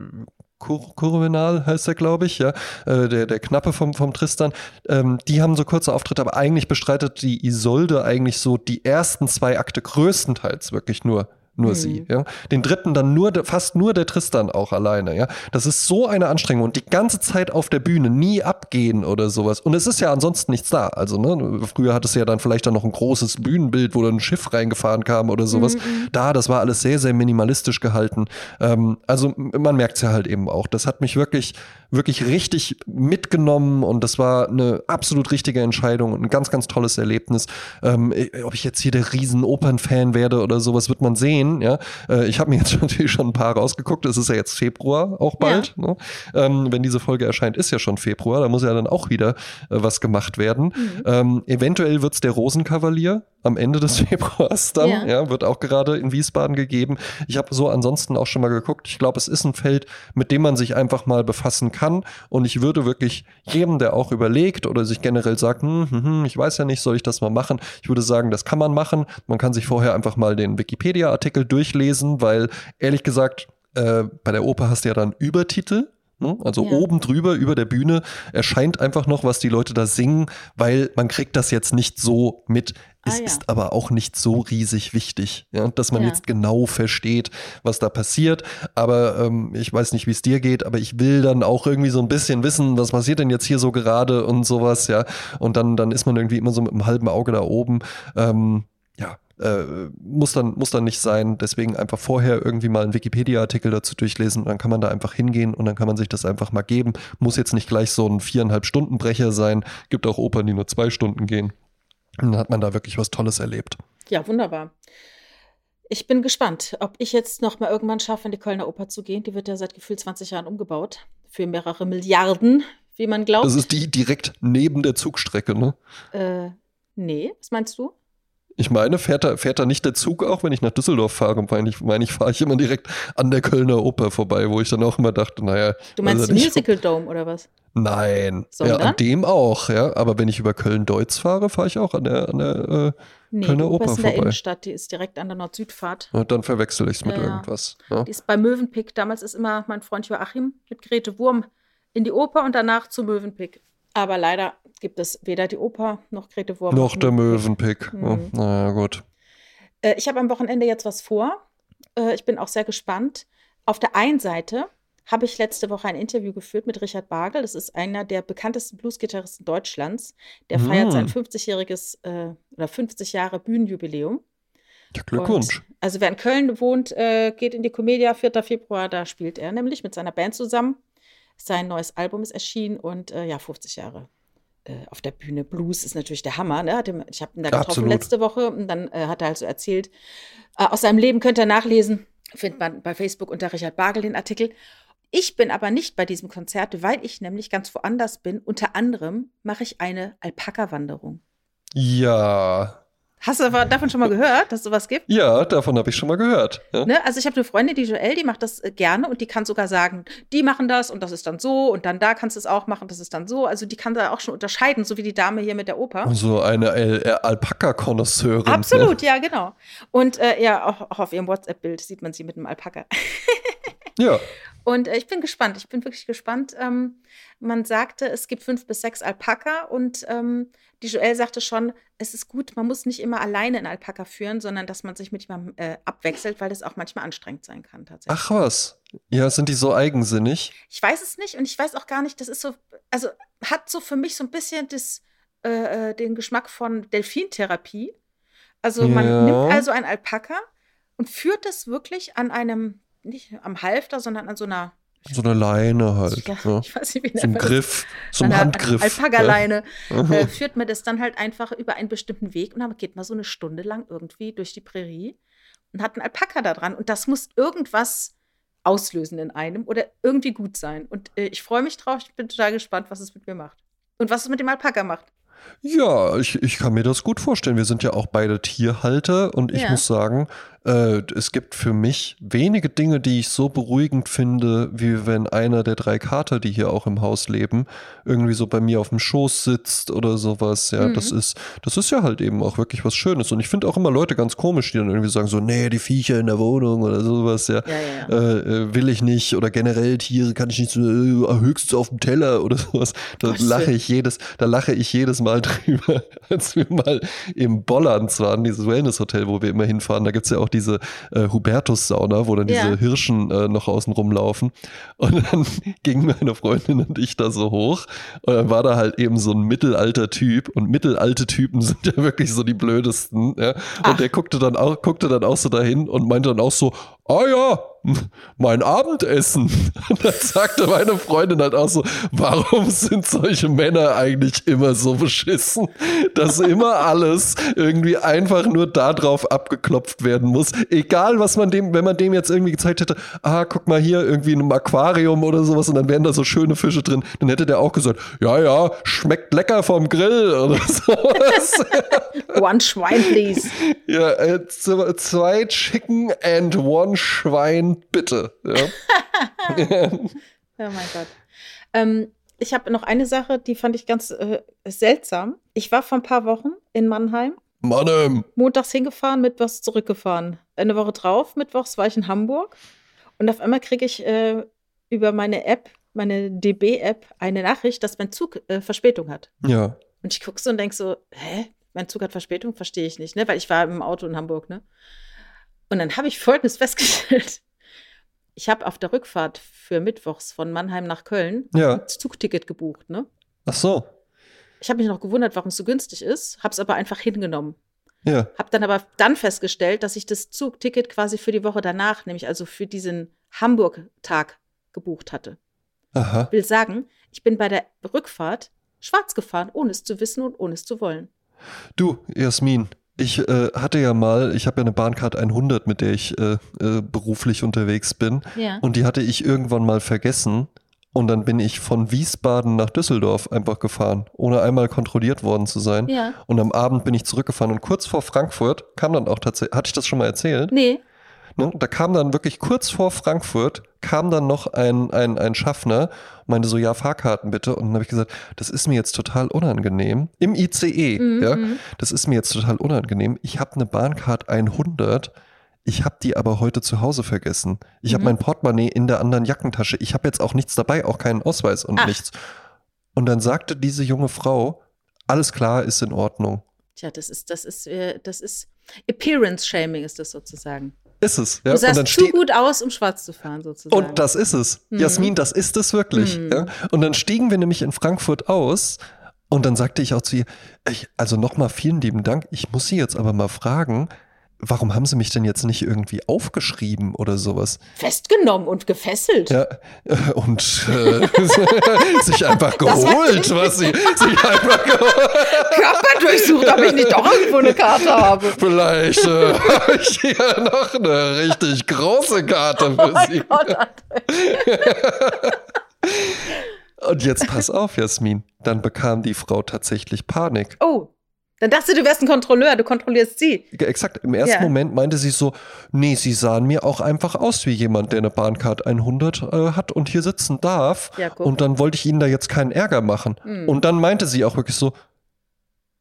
Kur Kurvenal heißt er, glaube ich, ja, äh, der, der Knappe vom, vom Tristan, ähm, die haben so kurze Auftritte, aber eigentlich bestreitet die Isolde eigentlich so die ersten zwei Akte größtenteils wirklich nur Nur mhm. sie, ja. Den dritten dann nur, fast nur der Tristan auch alleine, ja. Das ist so eine Anstrengung und die ganze Zeit auf der Bühne, nie abgehen oder sowas. Und es ist ja ansonsten nichts da. Also, ne, früher hattest du ja dann vielleicht dann noch ein großes Bühnenbild, wo dann ein Schiff reingefahren kam oder sowas. Mhm. Da, das war alles sehr, sehr minimalistisch gehalten. Ähm, also, man merkt es ja halt eben auch. Das hat mich wirklich, wirklich richtig mitgenommen und das war eine absolut richtige Entscheidung und ein ganz, ganz tolles Erlebnis. Ähm, ob ich jetzt hier der Riesen-Opern-Fan werde oder sowas, wird man sehen. Ja, äh, ich habe mir jetzt natürlich schon ein paar rausgeguckt. Es ist ja jetzt Februar auch bald. Ja. Ne? Ähm, wenn diese Folge erscheint, ist ja schon Februar. Da muss ja dann auch wieder äh, was gemacht werden. Mhm. Ähm, eventuell wird es der Rosenkavalier am Ende des Februars dann. Ja. Ja, wird auch gerade in Wiesbaden gegeben. Ich habe so ansonsten auch schon mal geguckt. Ich glaube, es ist ein Feld, mit dem man sich einfach mal befassen kann. Und ich würde wirklich jedem, der auch überlegt oder sich generell sagt, hm, hm, hm, ich weiß ja nicht, soll ich das mal machen? Ich würde sagen, das kann man machen. Man kann sich vorher einfach mal den Wikipedia-Artikel durchlesen, weil ehrlich gesagt, äh, bei der Oper hast du ja dann Übertitel. Also ja. oben drüber, über der Bühne, erscheint einfach noch, was die Leute da singen, weil man kriegt das jetzt nicht so mit. Es ah, ja. ist aber auch nicht so riesig wichtig, ja, dass man ja. jetzt genau versteht, was da passiert. Aber ähm, ich weiß nicht, wie es dir geht, aber ich will dann auch irgendwie so ein bisschen wissen, was passiert denn jetzt hier so gerade und sowas, ja. Und dann, dann ist man irgendwie immer so mit einem halben Auge da oben. Ähm, ja. Äh, muss dann, muss dann nicht sein, deswegen einfach vorher irgendwie mal einen Wikipedia-Artikel dazu durchlesen und dann kann man da einfach hingehen und dann kann man sich das einfach mal geben. Muss jetzt nicht gleich so ein viereinhalb Stunden Brecher sein, gibt auch Opern, die nur zwei Stunden gehen. Und dann hat man da wirklich was Tolles erlebt. Ja, wunderbar. Ich bin gespannt, ob ich jetzt noch mal irgendwann schaffe, in die Kölner Oper zu gehen. Die wird ja seit gefühlt zwanzig Jahren umgebaut. Für mehrere Milliarden, wie man glaubt. Das ist die direkt neben der Zugstrecke, ne? Äh, nee, was meinst du? Ich meine, fährt da, fährt da nicht der Zug auch, wenn ich nach Düsseldorf fahre? Meine ich, meine ich, fahre ich immer direkt an der Kölner Oper vorbei, wo ich dann auch immer dachte, naja. Du meinst also den Musical Dome oder was? Nein. Sondern? Ja, an dem auch, ja. Aber wenn ich über Köln-Deutz fahre, fahre ich auch an der, an der äh, nee, Kölner die Oper Oper ist in vorbei. Der Innenstadt, die ist direkt an der Nord-Süd-Fahrt. Und dann verwechsel ich es mit ja, irgendwas. Ja. Die ist bei Mövenpick. Damals ist immer mein Freund Joachim mit Grete Wurm in die Oper und danach zu Mövenpick. Aber leider gibt es weder die Oper noch Grete Wurm. Noch der Mövenpick. Mhm. Oh, naja, gut. Ich habe am Wochenende jetzt was vor. Ich bin auch sehr gespannt. Auf der einen Seite habe ich letzte Woche ein Interview geführt mit Richard Bagel. Das ist einer der bekanntesten Bluesgitarristen Deutschlands. Der feiert mm. sein fünfzigjähriges äh, oder fünfzig Jahre Bühnenjubiläum. Ja, Glückwunsch. Und, also wer in Köln wohnt, äh, geht in die Comedia, vierter Februar. Da spielt er nämlich mit seiner Band zusammen. Sein neues Album ist erschienen und äh, ja, fünfzig Jahre. Auf der Bühne. Blues ist natürlich der Hammer. Ne? Ich habe ihn da getroffen Absolut. letzte Woche und dann äh, hat er halt so erzählt, äh, aus seinem Leben könnt ihr nachlesen, findet man bei Facebook unter Richard Bagel den Artikel. Ich bin aber nicht bei diesem Konzert, weil ich nämlich ganz woanders bin. Unter anderem mache ich eine Alpaka-Wanderung. Ja. Hast du davon schon mal gehört, dass es sowas gibt? Ja, davon habe ich schon mal gehört. Ja. Ne? Also ich habe eine Freundin, die Joelle, die macht das gerne und die kann sogar sagen, die machen das und das ist dann so und dann da kannst du es auch machen, das ist dann so. Also die kann da auch schon unterscheiden, so wie die Dame hier mit der Oper. So eine Al- Al- Alpaka-Konnoisseurin. Absolut, ne? Ja, genau. Und äh, ja, auch, auch auf ihrem WhatsApp-Bild sieht man sie mit einem Alpaka. Ja. Und äh, ich bin gespannt, ich bin wirklich gespannt. Ähm, man sagte, es gibt fünf bis sechs Alpaka und ähm, die Joelle sagte schon, es ist gut, man muss nicht immer alleine einen Alpaka führen, sondern dass man sich mit jemandem äh, abwechselt, weil das auch manchmal anstrengend sein kann tatsächlich. Ach was. Ja, sind die so eigensinnig? Ich weiß es nicht und ich weiß auch gar nicht, das ist so, also hat so für mich so ein bisschen das, äh, den Geschmack von Delfintherapie. Also man Ja. nimmt also ein Alpaka und führt das wirklich an einem, nicht am Halfter, sondern an so einer, So eine Leine halt. ja, Ne? ich weiß nicht, wie So ein nennt man das? Griff, so ein An einer Handgriff. Alpaka-Leine Ja. äh, führt man das dann halt einfach über einen bestimmten Weg und dann geht man so eine Stunde lang irgendwie durch die Prärie und hat einen Alpaka da dran und das muss irgendwas auslösen in einem oder irgendwie gut sein. Und äh, ich freue mich drauf, ich bin total gespannt, was es mit mir macht. Und was es mit dem Alpaka macht. Ja, ich, ich kann mir das gut vorstellen. Wir sind ja auch beide Tierhalter und ich Ja. muss sagen, äh, es gibt für mich wenige Dinge, die ich so beruhigend finde, wie wenn einer der drei Kater, die hier auch im Haus leben, irgendwie so bei mir auf dem Schoß sitzt oder sowas. Ja, Mhm. das ist, das ist ja halt eben auch wirklich was Schönes. Und ich finde auch immer Leute ganz komisch, die dann irgendwie sagen so, nee, die Viecher in der Wohnung oder sowas, ja, Ja, ja, ja. äh, äh, will ich nicht oder generell Tiere kann ich nicht so, äh, höchstens auf dem Teller oder sowas. Da Gottes lache Willen. ich jedes, da lache ich jedes Mal drüber, als wir mal im Bollands waren, dieses Wellness-Hotel, wo wir immer hinfahren. Da gibt es ja auch diese äh, Hubertus-Sauna, wo dann Ja. diese Hirschen äh, noch außen rumlaufen. Und dann gingen meine Freundin und ich da so hoch und dann war da halt eben so ein mittelalter Typ und mittelalte Typen sind ja wirklich so die blödesten. Ja? Und Ach. der guckte dann auch, guckte dann auch so dahin und meinte dann auch so, ah ja, mein Abendessen. Und dann sagte meine Freundin halt auch so, warum sind solche Männer eigentlich immer so beschissen, dass immer alles irgendwie einfach nur darauf abgeklopft werden muss. Egal, was man dem, wenn man dem jetzt irgendwie gezeigt hätte, ah, guck mal hier, irgendwie in einem Aquarium oder sowas und dann wären da so schöne Fische drin, dann hätte der auch gesagt, ja, ja, schmeckt lecker vom Grill oder sowas. One Schwein, please. Ja, äh, z- zwei Chicken and one Schwein, bitte. Ja. Oh mein Gott. Ähm, ich habe noch eine Sache, die fand ich ganz äh, seltsam. Ich war vor ein paar Wochen in Mannheim, Mannem. montags hingefahren, mittwochs zurückgefahren. Eine Woche drauf, mittwochs war ich in Hamburg. Und auf einmal kriege ich äh, über meine App, meine D B-App, eine Nachricht, dass mein Zug äh, Verspätung hat. Ja. Und ich gucke so und denke so, hä? Mein Zug hat Verspätung? Verstehe ich nicht, ne? Weil ich war im Auto in Hamburg, ne? Und dann habe ich Folgendes festgestellt. Ich habe auf der Rückfahrt für mittwochs von Mannheim nach Köln Ja. ein Zugticket gebucht, ne? Ach so. Ich habe mich noch gewundert, warum es so günstig ist, habe es aber einfach hingenommen. Ja. Habe dann aber dann festgestellt, dass ich das Zugticket quasi für die Woche danach, nämlich also für diesen Hamburg-Tag gebucht hatte. Aha. Will sagen, ich bin bei der Rückfahrt schwarz gefahren, ohne es zu wissen und ohne es zu wollen. Du, Jasmin, ich äh, hatte ja mal, ich habe ja eine Bahncard hundert, mit der ich äh, äh, beruflich unterwegs bin. Ja. Und die hatte ich irgendwann mal vergessen. Und dann bin ich von Wiesbaden nach Düsseldorf einfach gefahren, ohne einmal kontrolliert worden zu sein. Ja. Und am Abend bin ich zurückgefahren. Und kurz vor Frankfurt kam dann auch tatsächlich, hatte ich das schon mal erzählt? Nee. Ne? Da kam dann wirklich kurz vor Frankfurt, kam dann noch ein, ein, ein Schaffner, meinte so, ja, Fahrkarten bitte. Und dann habe ich gesagt, das ist mir jetzt total unangenehm. Im I C E, Mhm. ja, das ist mir jetzt total unangenehm. Ich habe eine Bahncard hundert, ich habe die aber heute zu Hause vergessen. Ich habe Mhm. mein Portemonnaie in der anderen Jackentasche. Ich habe jetzt auch nichts dabei, auch keinen Ausweis und Ach. nichts. Und dann sagte diese junge Frau, alles klar, ist in Ordnung. Tja, das ist, das ist, äh, das ist Appearance-Shaming ist das sozusagen. Ist es. Ja? Du sahst und dann zu ste- gut aus, um schwarz zu fahren, sozusagen. Und das ist es. Mhm. Jasmin, das ist es wirklich. Mhm. Ja? Und dann stiegen wir nämlich in Frankfurt aus und dann sagte ich auch zu ihr, ich, also nochmal vielen lieben Dank, ich muss Sie jetzt aber mal fragen, warum haben Sie mich denn jetzt nicht irgendwie aufgeschrieben oder sowas? Festgenommen und gefesselt. Ja, äh, und äh, sich einfach Das war geholt, was sie sich einfach geholt. Körper durchsucht, ob ich nicht doch irgendwo eine Karte habe. Vielleicht äh, habe ich hier noch eine richtig große Karte für Oh Sie. mein Gott, André. Und jetzt pass auf, Jasmin, dann bekam die Frau tatsächlich Panik. Oh, dann dachte du, du wärst ein Kontrolleur, du kontrollierst sie. Exakt, im ersten Ja. Moment meinte sie so, nee, sie sahen mir auch einfach aus wie jemand, der eine Bahncard hundert äh, hat und hier sitzen darf. Ja, guck. Und dann wollte ich ihnen da jetzt keinen Ärger machen. Hm. Und dann meinte sie auch wirklich so,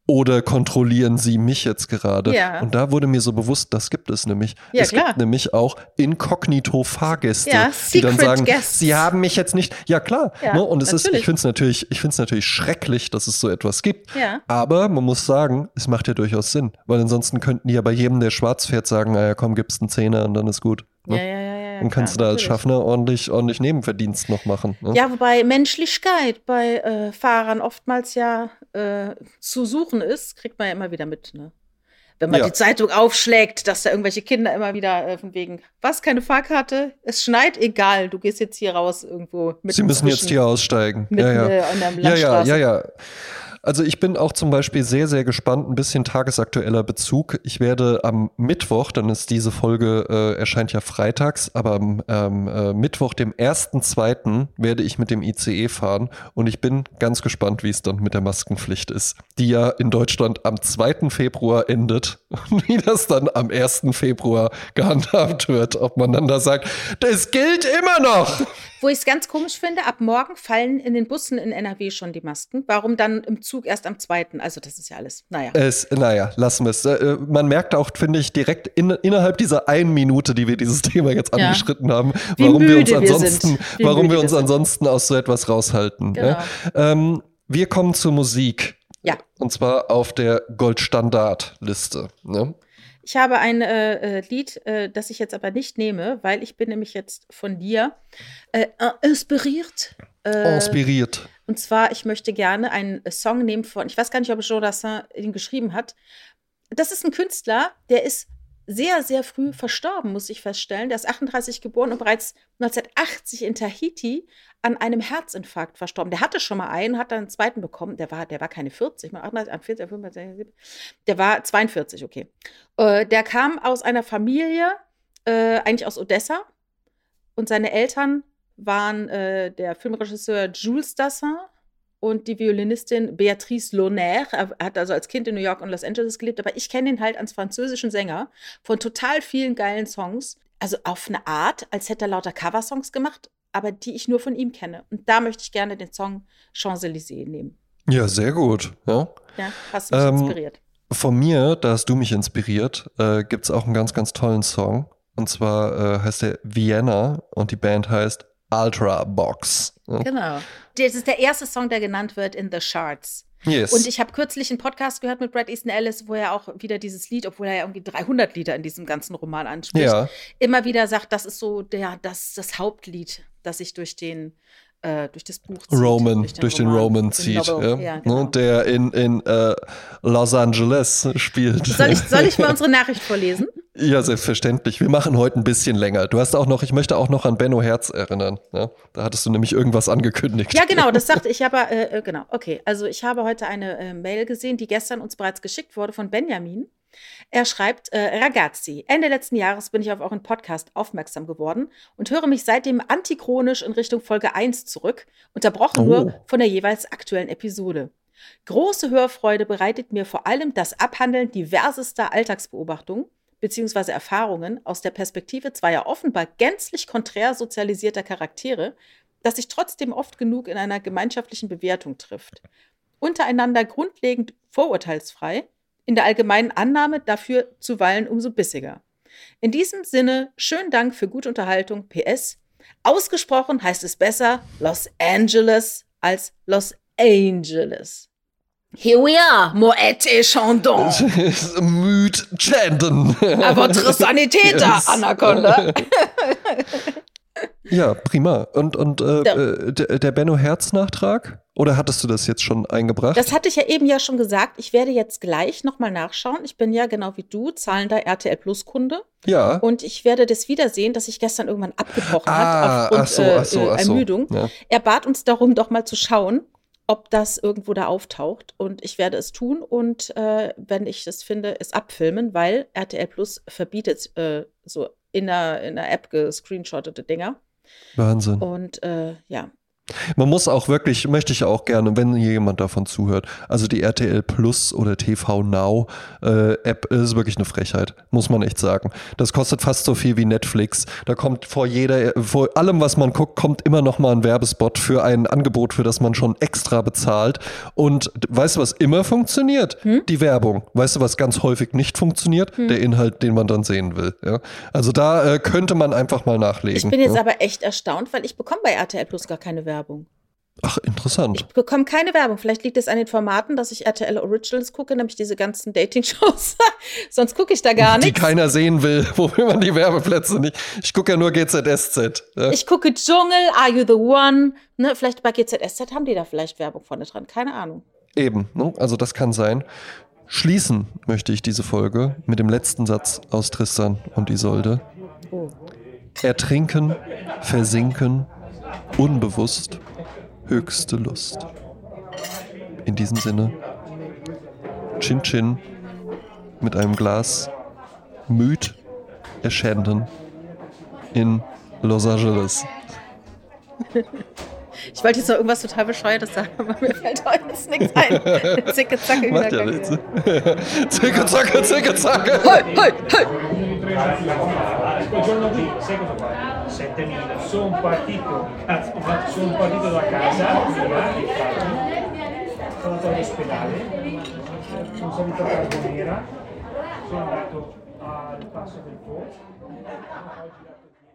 oder kontrollieren sie mich jetzt gerade? Ja. Und da wurde mir so bewusst, das gibt es nämlich. Ja, es klar. gibt nämlich auch Inkognito-Fahrgäste, Ja, die dann sagen, Guests. sie haben mich jetzt nicht. Ja, klar. Ja, ne? Und es ist, natürlich. ich finde es natürlich, ich finde es natürlich schrecklich, dass es so etwas gibt. Ja. Aber man muss sagen, es macht ja durchaus Sinn. Weil ansonsten könnten die ja bei jedem, der schwarz fährt, sagen, naja, komm, gibst einen Zehner und dann ist gut. Ne? Ja, ja, ja, ja. Dann kannst klar, du da als natürlich. Schaffner ordentlich, ordentlich Nebenverdienst noch machen. Ne? Ja, wobei Menschlichkeit bei äh, Fahrern oftmals ja äh, zu suchen ist, kriegt man ja immer wieder mit, ne? Wenn man Ja. die Zeitung aufschlägt, dass da irgendwelche Kinder immer wieder äh, von wegen, was, keine Fahrkarte? Es schneit, egal, du gehst jetzt hier raus irgendwo. Sie müssen jetzt hier aussteigen. Mitten ja, ja. äh, an der ja, ja, Landstraße. ja, ja. Also ich bin auch zum Beispiel sehr, sehr gespannt, ein bisschen tagesaktueller Bezug. Ich werde am Mittwoch, dann ist diese Folge, äh, erscheint ja freitags, aber am ähm, äh, Mittwoch, dem ersten zweiten werde ich mit dem I C E fahren und ich bin ganz gespannt, wie es dann mit der Maskenpflicht ist, die ja in Deutschland am zweiten Februar endet und wie das dann am ersten Februar gehandhabt wird, ob man dann da sagt, das gilt immer noch. Wo ich es ganz komisch finde, ab morgen fallen in den Bussen in N R W schon die Masken. Warum dann im Zug erst am zweiten? Also das ist ja alles, naja. Es, naja, lassen wir es. Äh, man merkt auch, finde ich, direkt in, innerhalb dieser einen Minute, die wir dieses Thema jetzt Ja. angeschritten haben, Wie warum wir uns müde wir ansonsten, sind. Wie warum müde wir wir uns sind. ansonsten aus so etwas raushalten. Genau. Ne? Ähm, wir kommen zur Musik. Ja. Und zwar auf der Goldstandard-Liste. Ne? Ich habe ein äh, äh, Lied, äh, das ich jetzt aber nicht nehme, weil ich bin nämlich jetzt von dir äh, inspiriert. Äh, Inspiriert. Und zwar, ich möchte gerne einen Song nehmen von, ich weiß gar nicht, ob Joe Dassin ihn geschrieben hat. Das ist ein Künstler, der ist sehr, sehr früh verstorben, muss ich feststellen. Der ist achtunddreißig geboren und bereits neunzehnhundertachtzig in Tahiti an einem Herzinfarkt verstorben. Der hatte schon mal einen, hat dann einen zweiten bekommen. Der war, der war keine vierzig, mal achtunddreißig, vierzig, fünfundvierzig, der war zweiundvierzig, okay. Äh, der kam aus einer Familie, äh, eigentlich aus Odessa. Und seine Eltern waren äh, der Filmregisseur Jules Dassin und die Violinistin Béatrice Loner. Er hat also als Kind in New York und Los Angeles gelebt, aber ich kenne ihn halt als französischen Sänger von total vielen geilen Songs. Also auf eine Art, als hätte er lauter Coversongs gemacht, aber die ich nur von ihm kenne. Und da möchte ich gerne den Song Champs-Élysées nehmen. Ja, sehr gut. Ja. Ja, hast du mich Ähm, inspiriert. Von mir, da hast du mich inspiriert, äh, gibt es auch einen ganz, ganz tollen Song. Und zwar äh, heißt der Vienna und die Band heißt Ultra Box. Ja. Genau. Das ist der erste Song, der genannt wird in The Charts. Yes. Und ich habe kürzlich einen Podcast gehört mit Bret Easton Ellis, wo er auch wieder dieses Lied, obwohl er ja irgendwie dreihundert Lieder in diesem ganzen Roman anspricht, Ja. immer wieder sagt, das ist so der, das, das Hauptlied, das sich durch den äh, durch das Buch zieht. Roman, durch den, Roman, Roman den zieht, Novel. ja, Ja, genau. ne, der in, in äh, Los Angeles spielt. Soll ich, soll ich mal unsere Nachricht vorlesen? Ja, selbstverständlich. Wir machen heute ein bisschen länger. Du hast auch noch, ich möchte auch noch an Benno Herz erinnern. Ja? Da hattest du nämlich irgendwas angekündigt. Ja, genau, das sagte ich aber, äh, genau, okay. Also ich habe heute eine äh, Mail gesehen, die gestern uns bereits geschickt wurde von Benjamin. Er schreibt, äh, Ragazzi, Ende letzten Jahres bin ich auf euren Podcast aufmerksam geworden und höre mich seitdem antichronisch in Richtung Folge eins zurück, unterbrochen Oh. nur von der jeweils aktuellen Episode. Große Hörfreude bereitet mir vor allem das Abhandeln diversester Alltagsbeobachtungen bzw. Erfahrungen aus der Perspektive zweier offenbar gänzlich konträr sozialisierter Charaktere, das sich trotzdem oft genug in einer gemeinschaftlichen Bewertung trifft. Untereinander grundlegend vorurteilsfrei, in der allgemeinen Annahme dafür zuweilen umso bissiger. In diesem Sinne, schönen Dank für gute Unterhaltung. P S. Ausgesprochen heißt es besser Los Angeles als Los Angeles. Here we are, Moët Chandon. Müd Chandon. À votre Sanitäter, Yes. Anaconda. Ja, prima. Und, und äh, Ja. äh, der, der Benno Herz-Nachtrag? Oder hattest du das jetzt schon eingebracht? Das hatte ich ja eben ja schon gesagt. Ich werde jetzt gleich nochmal nachschauen. Ich bin ja genau wie du zahlender R T L Plus Kunde. ja. Und ich werde das wiedersehen, dass sich gestern irgendwann abgebrochen Ah, hat aufgrund ach so, äh, ach so, äh, ach so. Ermüdung. Ja. Er bat uns darum, doch mal zu schauen, ob das irgendwo da auftaucht. Und ich werde es tun und äh, wenn ich das finde, es abfilmen, weil R T L Plus verbietet äh, so in der, in der App gescreenshottete Dinger. Wahnsinn. Und äh, ja, Man muss auch wirklich, möchte ich auch gerne, wenn hier jemand davon zuhört, also die R T L Plus oder T V Now äh, App ist wirklich eine Frechheit, muss man echt sagen. Das kostet fast so viel wie Netflix. Da kommt vor jeder, vor allem, was man guckt, kommt immer noch mal ein Werbespot für ein Angebot, für das man schon extra bezahlt. Und weißt du, was immer funktioniert? Hm? Die Werbung. Weißt du, was ganz häufig nicht funktioniert? Hm. Der Inhalt, den man dann sehen will. Ja? Also da äh, könnte man einfach mal nachlegen. Ich bin jetzt ja? aber echt erstaunt, weil ich bekomme bei R T L Plus gar keine Werbung. Ach, interessant. Ich bekomme keine Werbung. Vielleicht liegt es an den Formaten, dass ich R T L Originals gucke, nämlich diese ganzen Dating-Shows. Sonst gucke ich da gar nichts. Die keiner sehen will, wofür man die Werbeplätze nicht. Ich gucke ja nur G Z S Z. Ja. Ich gucke Dschungel, Are You the One? Ne, vielleicht bei G Z S Z haben die da vielleicht Werbung vorne dran. Keine Ahnung. Eben, ne? Also das kann sein. Schließen möchte ich diese Folge mit dem letzten Satz aus Tristan und Isolde. Oh. Ertrinken, versinken, unbewusst, höchste Lust. In diesem Sinne, Chin Chin mit einem Glas müd erschänden in Los Angeles. Ich wollte jetzt noch irgendwas total Bescheuertes sagen, aber mir fällt heute jetzt nichts ein. Zicke, zacke, Macht ja nichts. Zicke, zacke, zicke, zacke. Hoi, hoi, hoi. Quel giorno qui, sai cosa fa? settemila. Sono partito, cazzo, sono partito da casa, via, sono andato all'ospedale, sono salito a Carbonera, sono andato al Passo del Po.